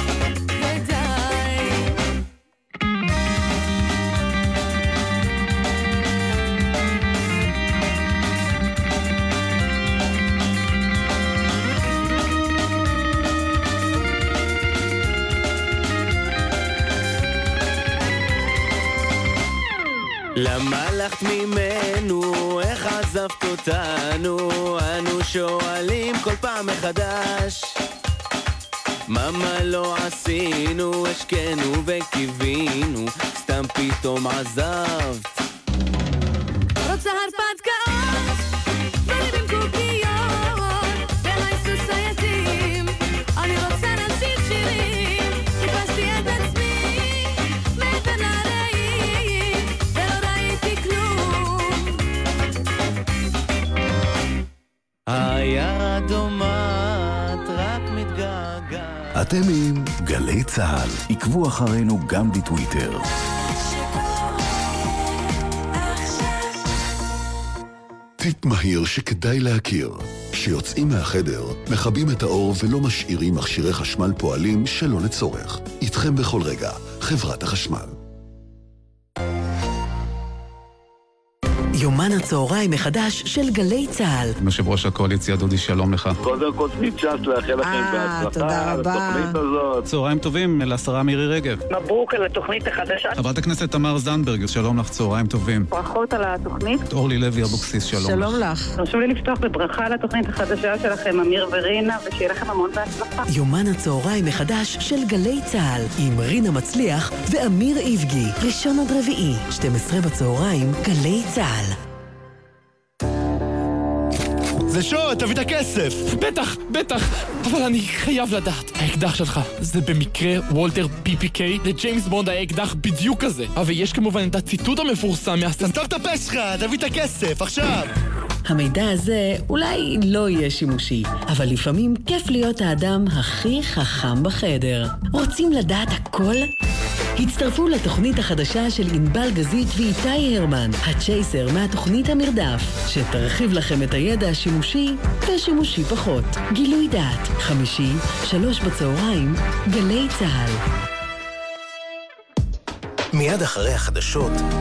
Speaker 2: ודי.
Speaker 7: למה הלכת ממנו, איך עזבת אותנו, אנו שואלים כל פעם מחדש, מה לא עשינו, השקנו וקיווינו, סתם פתאום עזבת.
Speaker 2: רוצה הרפתקאות, וליבים קוקיות, והיסוס היתים, אני רוצה להשאיר שירים, חיפשתי את עצמי,
Speaker 7: היערה דומעת, רק מתגעגעת.
Speaker 8: אתם עם גלי צהל. עקבו אחרינו גם בטוויטר.
Speaker 9: טיפ מהיר שכדאי להכיר. כשיוצאים מהחדר, מכבים את האור ולא משאירים מכשירי חשמל פועלים שלא לצורך. איתכם בכל רגע, חברת החשמל.
Speaker 1: יומן הצהריים מחדש של גלי צהל.
Speaker 10: יושב ראש הקואליציה דודי, שלום לך.
Speaker 11: קודם כל צ'אנס לאחל לכם בהצלחה על התוכנית הזאת.
Speaker 10: צהריים טובים לשרה מירי רגב.
Speaker 12: מברוק על התוכנית החדשה.
Speaker 10: חברת הכנסת תמר זנדברג, שלום לך, צהריים טובים.
Speaker 12: ברכות על התוכנית.
Speaker 10: אורלי לוי אבוקסיס, שלום לך.
Speaker 3: שלום לך.
Speaker 12: תרשו לי לפתוח בברכה על התוכנית החדשה שלכם, אמיר ורינה, ושיהיה לכם המון בהצלחה.
Speaker 1: יומן הצהריים מחדש של גלי צהל עם רינה מצליח ואמיר איבגי. ראשון עד רביעי, שתים עשרה בצהריים, גלי צהל.
Speaker 13: זה שו, תביא את הכסף!
Speaker 14: בטח, בטח, אבל אני חייב לדעת. האקדח שלך, זה במקרה וולטר פי פי קיי? לג'יימס בונד האקדח בדיוק כזה. אבל יש כמובן את הציטוט המפורסם מהסטנד...
Speaker 13: תסתור את הפה שלך, תביא את הכסף, עכשיו!
Speaker 1: המידע הזה אולי לא יהיה שימושי, אבל לפעמים כיף להיות האדם הכי חכם בחדר. רוצים לדעת הכל? הצטרפו לתוכנית החדשה של ענבל גזית ואיתי הרמן, הצ'ייסר מהתוכנית המרדף, שתרחיב לכם את הידע השימושי ושימושי פחות. גילוי דעת, חמישי, שלוש בצהריים, גלי צהל.
Speaker 8: מיד אחרי החדשות